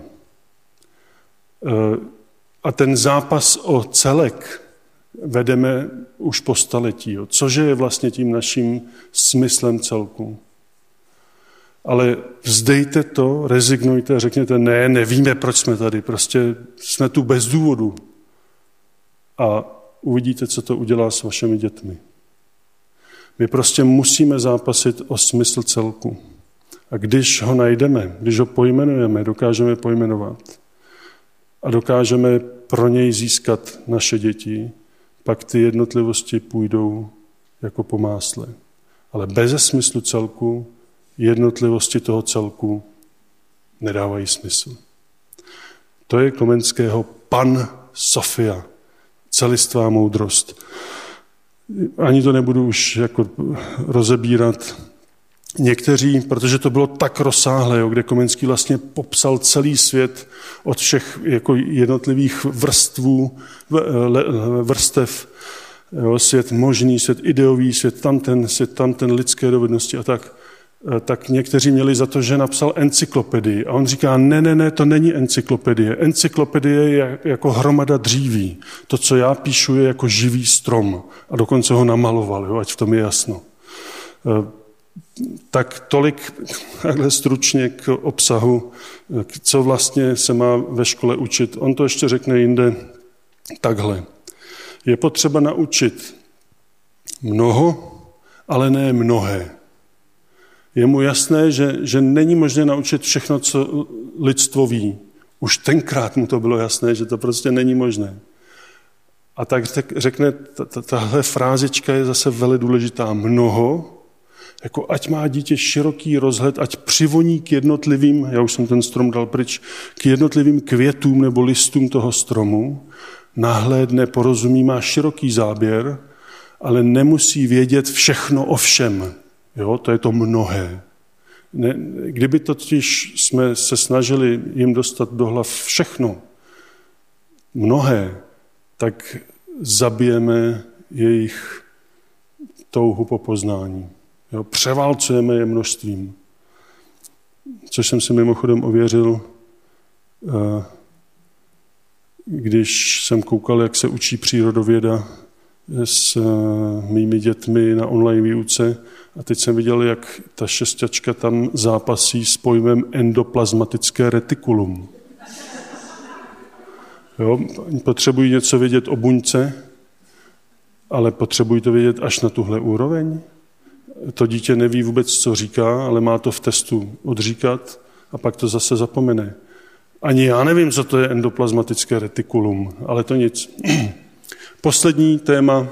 A ten zápas o celek vedeme už po staletí. Cože je vlastně tím naším smyslem celku? Ale vzdejte to, rezignujte, řekněte, ne, nevíme, proč jsme tady, prostě jsme tu bez důvodu. A uvidíte, co to udělá s vašimi dětmi. My prostě musíme zápasit o smysl celku. A když ho najdeme, když ho pojmenujeme, dokážeme pojmenovat a dokážeme pro něj získat naše děti, pak ty jednotlivosti půjdou jako po másle. Ale bez smyslu celku jednotlivosti toho celku nedávají smysl. To je Komenského pan Sofia, celistvá moudrost. Ani to nebudu už jako rozebírat. Někteří, protože to bylo tak rozsáhlé, jo, kde Komenský vlastně popsal celý svět od všech jako jednotlivých vrstvů, vrstev, jo, svět možný, svět ideový, svět tamten, svět tamten, lidské dovednosti a tak, tak někteří měli za to, že napsal encyklopedii. A on říká, ne, ne, ne, to není encyklopedie. Encyklopedie je jako hromada dříví. To, co já píšu, je jako živý strom. A dokonce ho namaloval, jo, ať v tom je jasno. Tak tolik takhle stručně k obsahu, co vlastně se má ve škole učit. On to ještě řekne jinde takhle. Je potřeba naučit mnoho, ale ne mnohé. Je mu jasné, že, že není možné naučit všechno, co lidstvo ví. Už tenkrát mu to bylo jasné, že to prostě není možné. A tak řekne, tahle frázička je zase velmi důležitá. Mnoho, jako ať má dítě široký rozhled, ať přivoní k jednotlivým, já už jsem ten strom dal pryč, k jednotlivým květům nebo listům toho stromu, nahlédne, porozumí, má široký záběr, ale nemusí vědět všechno o všem. Jo, to je to mnohé. Ne, kdyby totiž jsme se snažili jim dostat do hlav všechno, mnohé, tak zabijeme jejich touhu po poznání. Jo, převálcujeme je množstvím. Což jsem si mimochodem ověřil, když jsem koukal, jak se učí přírodověda s mými dětmi na online výuce. A teď jsem viděl, jak ta šestačka tam zápasí s pojmem endoplazmatické retikulum. Jo, potřebují něco vědět o buňce, ale potřebují to vědět až na tuhle úroveň. To dítě neví vůbec, co říká, ale má to v testu odříkat a pak to zase zapomene. Ani já nevím, co to je endoplazmatické retikulum, ale to nic. Poslední téma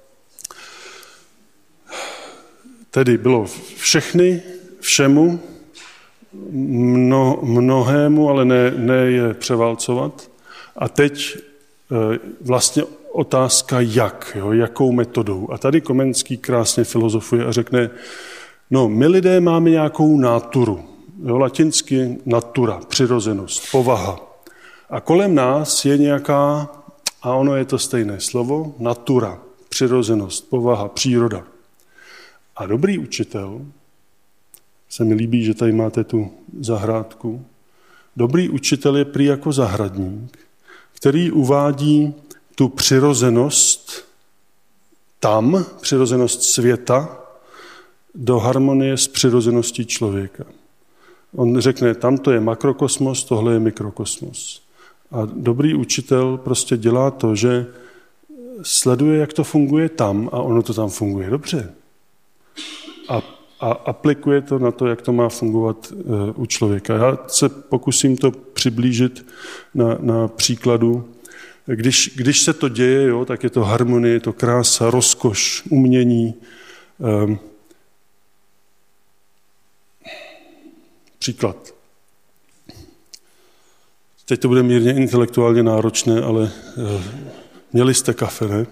tedy bylo všechny, všemu, mno, mnohému, ale ne, ne je převálcovat. A teď e, vlastně otázka jak, jo, jakou metodou. A tady Komenský krásně filozofuje a řekne, no my lidé máme nějakou naturu, jo, latinsky natura, přirozenost, povaha. A kolem nás je nějaká, a ono je to stejné slovo, natura, přirozenost, povaha, příroda. A dobrý učitel, se mi líbí, že tady máte tu zahrádku, dobrý učitel je prý jako zahradník, který uvádí tu přirozenost tam, přirozenost světa, do harmonie s přirozeností člověka. On řekne, tamto je makrokosmos, tohle je mikrokosmos. A dobrý učitel prostě dělá to, že sleduje, jak to funguje tam a ono to tam funguje dobře. a, a aplikuje to na to, jak to má fungovat u člověka. Já se pokusím to přiblížit na, na příkladu. Když, když se to děje, jo, tak je to harmonie, je to krása, rozkoš, umění. Um, příklad. Teď to bude mírně intelektuálně náročné, ale uh, měli jste kafe, ne?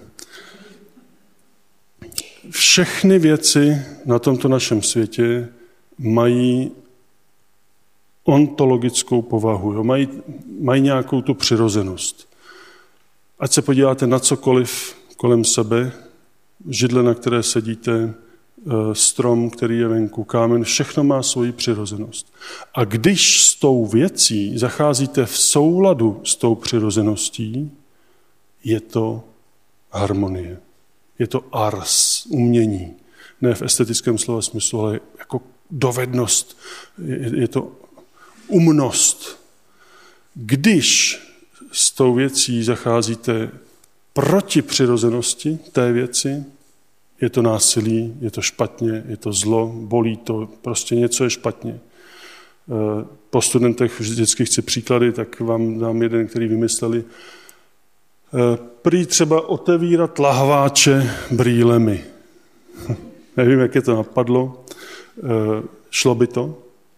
Všechny věci na tomto našem světě mají ontologickou povahu, jo? Mají, mají nějakou tu přirozenost. Ať se podíváte na cokoliv kolem sebe, židle, na které sedíte, strom, který je venku, kámen, všechno má svoji přirozenost. A když s tou věcí zacházíte v souladu s tou přirozeností, je to harmonie. Je to ars, umění. Ne v estetickém slova smyslu, ale jako dovednost. Je, je to umnost. Když s tou věcí zacházíte proti přirozenosti té věci, je to násilí, je to špatně, je to zlo, bolí to, prostě něco je špatně. Po studentech vždycky chci příklady, tak vám dám jeden, který vymysleli. Prý třeba otevírat lahváče brýlemi. Nevím, jak je to napadlo. Šlo by to?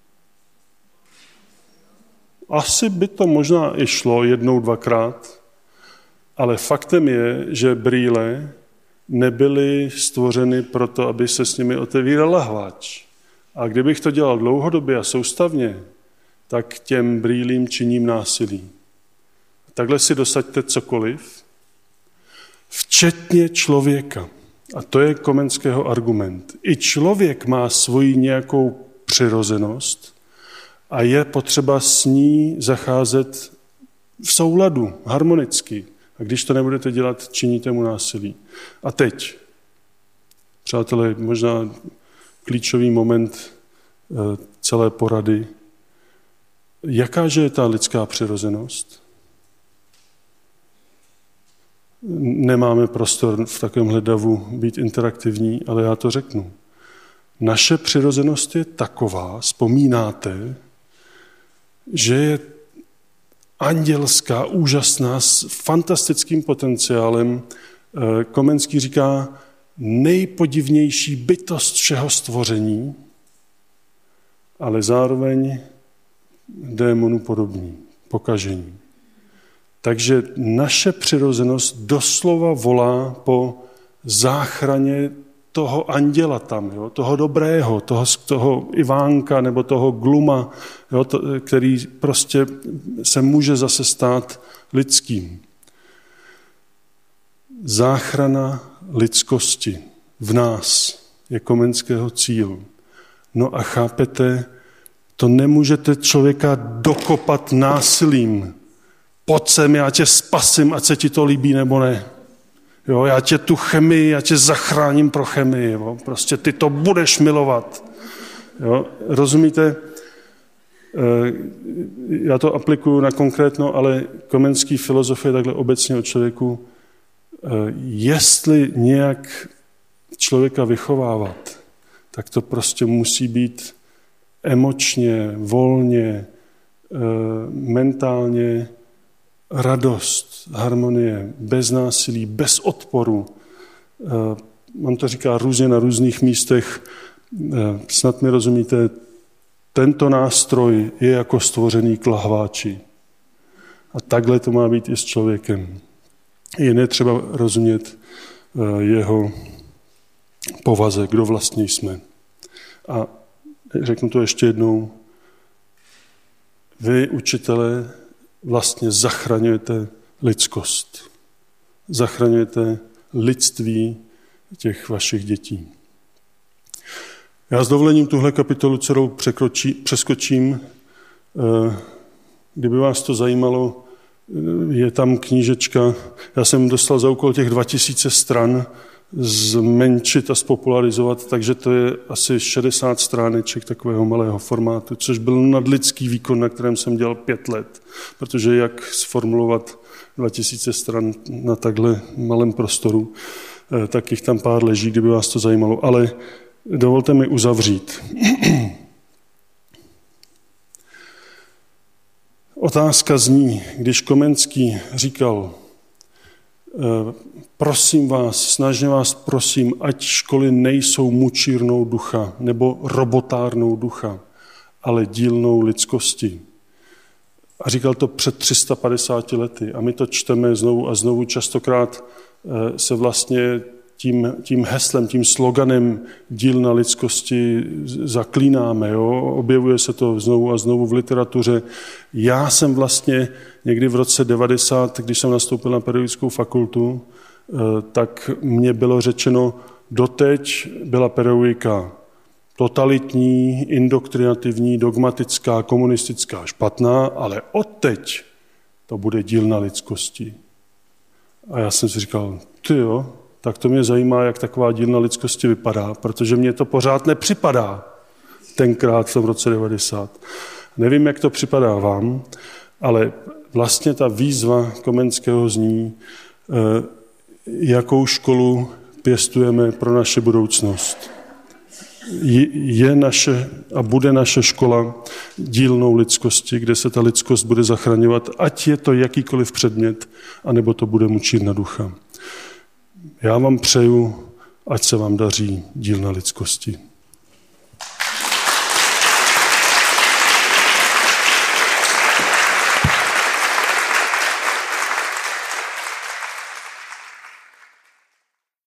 Asi by to možná i šlo jednou, dvakrát, ale faktem je, že brýle nebyly stvořeny proto, aby se s nimi otevíral lahváč. A kdybych to dělal dlouhodobě a soustavně, tak těm brýlím činím násilí. Takhle si dosaďte cokoliv, včetně člověka. A to je Komenského argument. I člověk má svoji nějakou přirozenost a je potřeba s ní zacházet v souladu, harmonicky. A když to nebudete dělat, činíte mu násilí. A teď, přátelé, možná klíčový moment celé porady. Jakáže je ta lidská přirozenost? Nemáme prostor v takovémhle davu být interaktivní, ale já to řeknu. Naše přirozenost je taková, vzpomínáte, že je andělská, úžasná, s fantastickým potenciálem. Komenský říká, nejpodivnější bytost všeho stvoření, ale zároveň démonu podobný, pokažení. Takže naše přirozenost doslova volá po záchraně toho anděla tam, jo, toho dobrého, toho, toho Ivánka nebo toho Gluma, jo, to, který prostě se může zase stát lidským. Záchrana lidskosti v nás je Komenského cíl. No a chápete, to nemůžete člověka dokopat násilím. Pojď sem, já tě spasím, ať se ti to líbí nebo ne. Jo, já tě tu chemii, já tě zachráním pro chemii. Jo. Prostě ty to budeš milovat. Jo, rozumíte? Já to aplikuju na konkrétno, ale Komenský filozofie takhle obecně o člověku. Jestli nějak člověka vychovávat, tak to prostě musí být emočně, volně, mentálně radost, harmonie, bez násilí, bez odporu. On to říká různě na různých místech. Snad mi rozumíte, tento nástroj je jako stvořený k lahváči. A takhle to má být i s člověkem. Je netřeba rozumět jeho povaze, kdo vlastně jsme. A řeknu to ještě jednou. Vy, učitelé, vlastně zachraňujete lidskost. Zachraňujete lidství těch vašich dětí. Já s dovolením tuhle kapitolu celou překročí, přeskočím. Kdyby vás to zajímalo, je tam knížečka. Já jsem dostal za úkol těch dva tisíce stran zmenšit a spopularizovat, takže to je asi šedesát stráneček takového malého formátu, což byl nadlidský výkon, na kterém jsem dělal pět let, protože jak sformulovat dva tisíce stran na takhle malém prostoru, tak jich tam pár leží, kdyby vás to zajímalo. Ale dovolte mi uzavřít. Otázka zní, když Komenský říkal, prosím vás, snažně vás prosím, ať školy nejsou mučírnou ducha nebo robotárnou ducha, ale dílnou lidskosti. A říkal to před tři sta padesáti lety a my to čteme znovu a znovu, častokrát se vlastně tím, tím heslem, tím sloganem dílna lidskosti zaklínáme. Jo? Objevuje se to znovu a znovu v literatuře. Já jsem vlastně někdy v roce devadesát, když jsem nastoupil na pedagogickou fakultu, tak mně bylo řečeno, doteď byla pedagogika totalitní, indoktrinativní, dogmatická, komunistická, špatná, ale odteď to bude dílna lidskosti. A já jsem si říkal, ty jo, tak to mě zajímá, jak taková dílna lidskosti vypadá, protože mně to pořád nepřipadá tenkrát v tom roce devadesát. Nevím, jak to připadá vám, ale vlastně ta výzva Komenského zní, jakou školu pěstujeme pro naši budoucnost. Je naše a bude naše škola dílnou lidskosti, kde se ta lidskost bude zachraňovat, ať je to jakýkoliv předmět, anebo to bude mučírna ducha. Já vám přeju, ať se vám daří dílna lidskosti.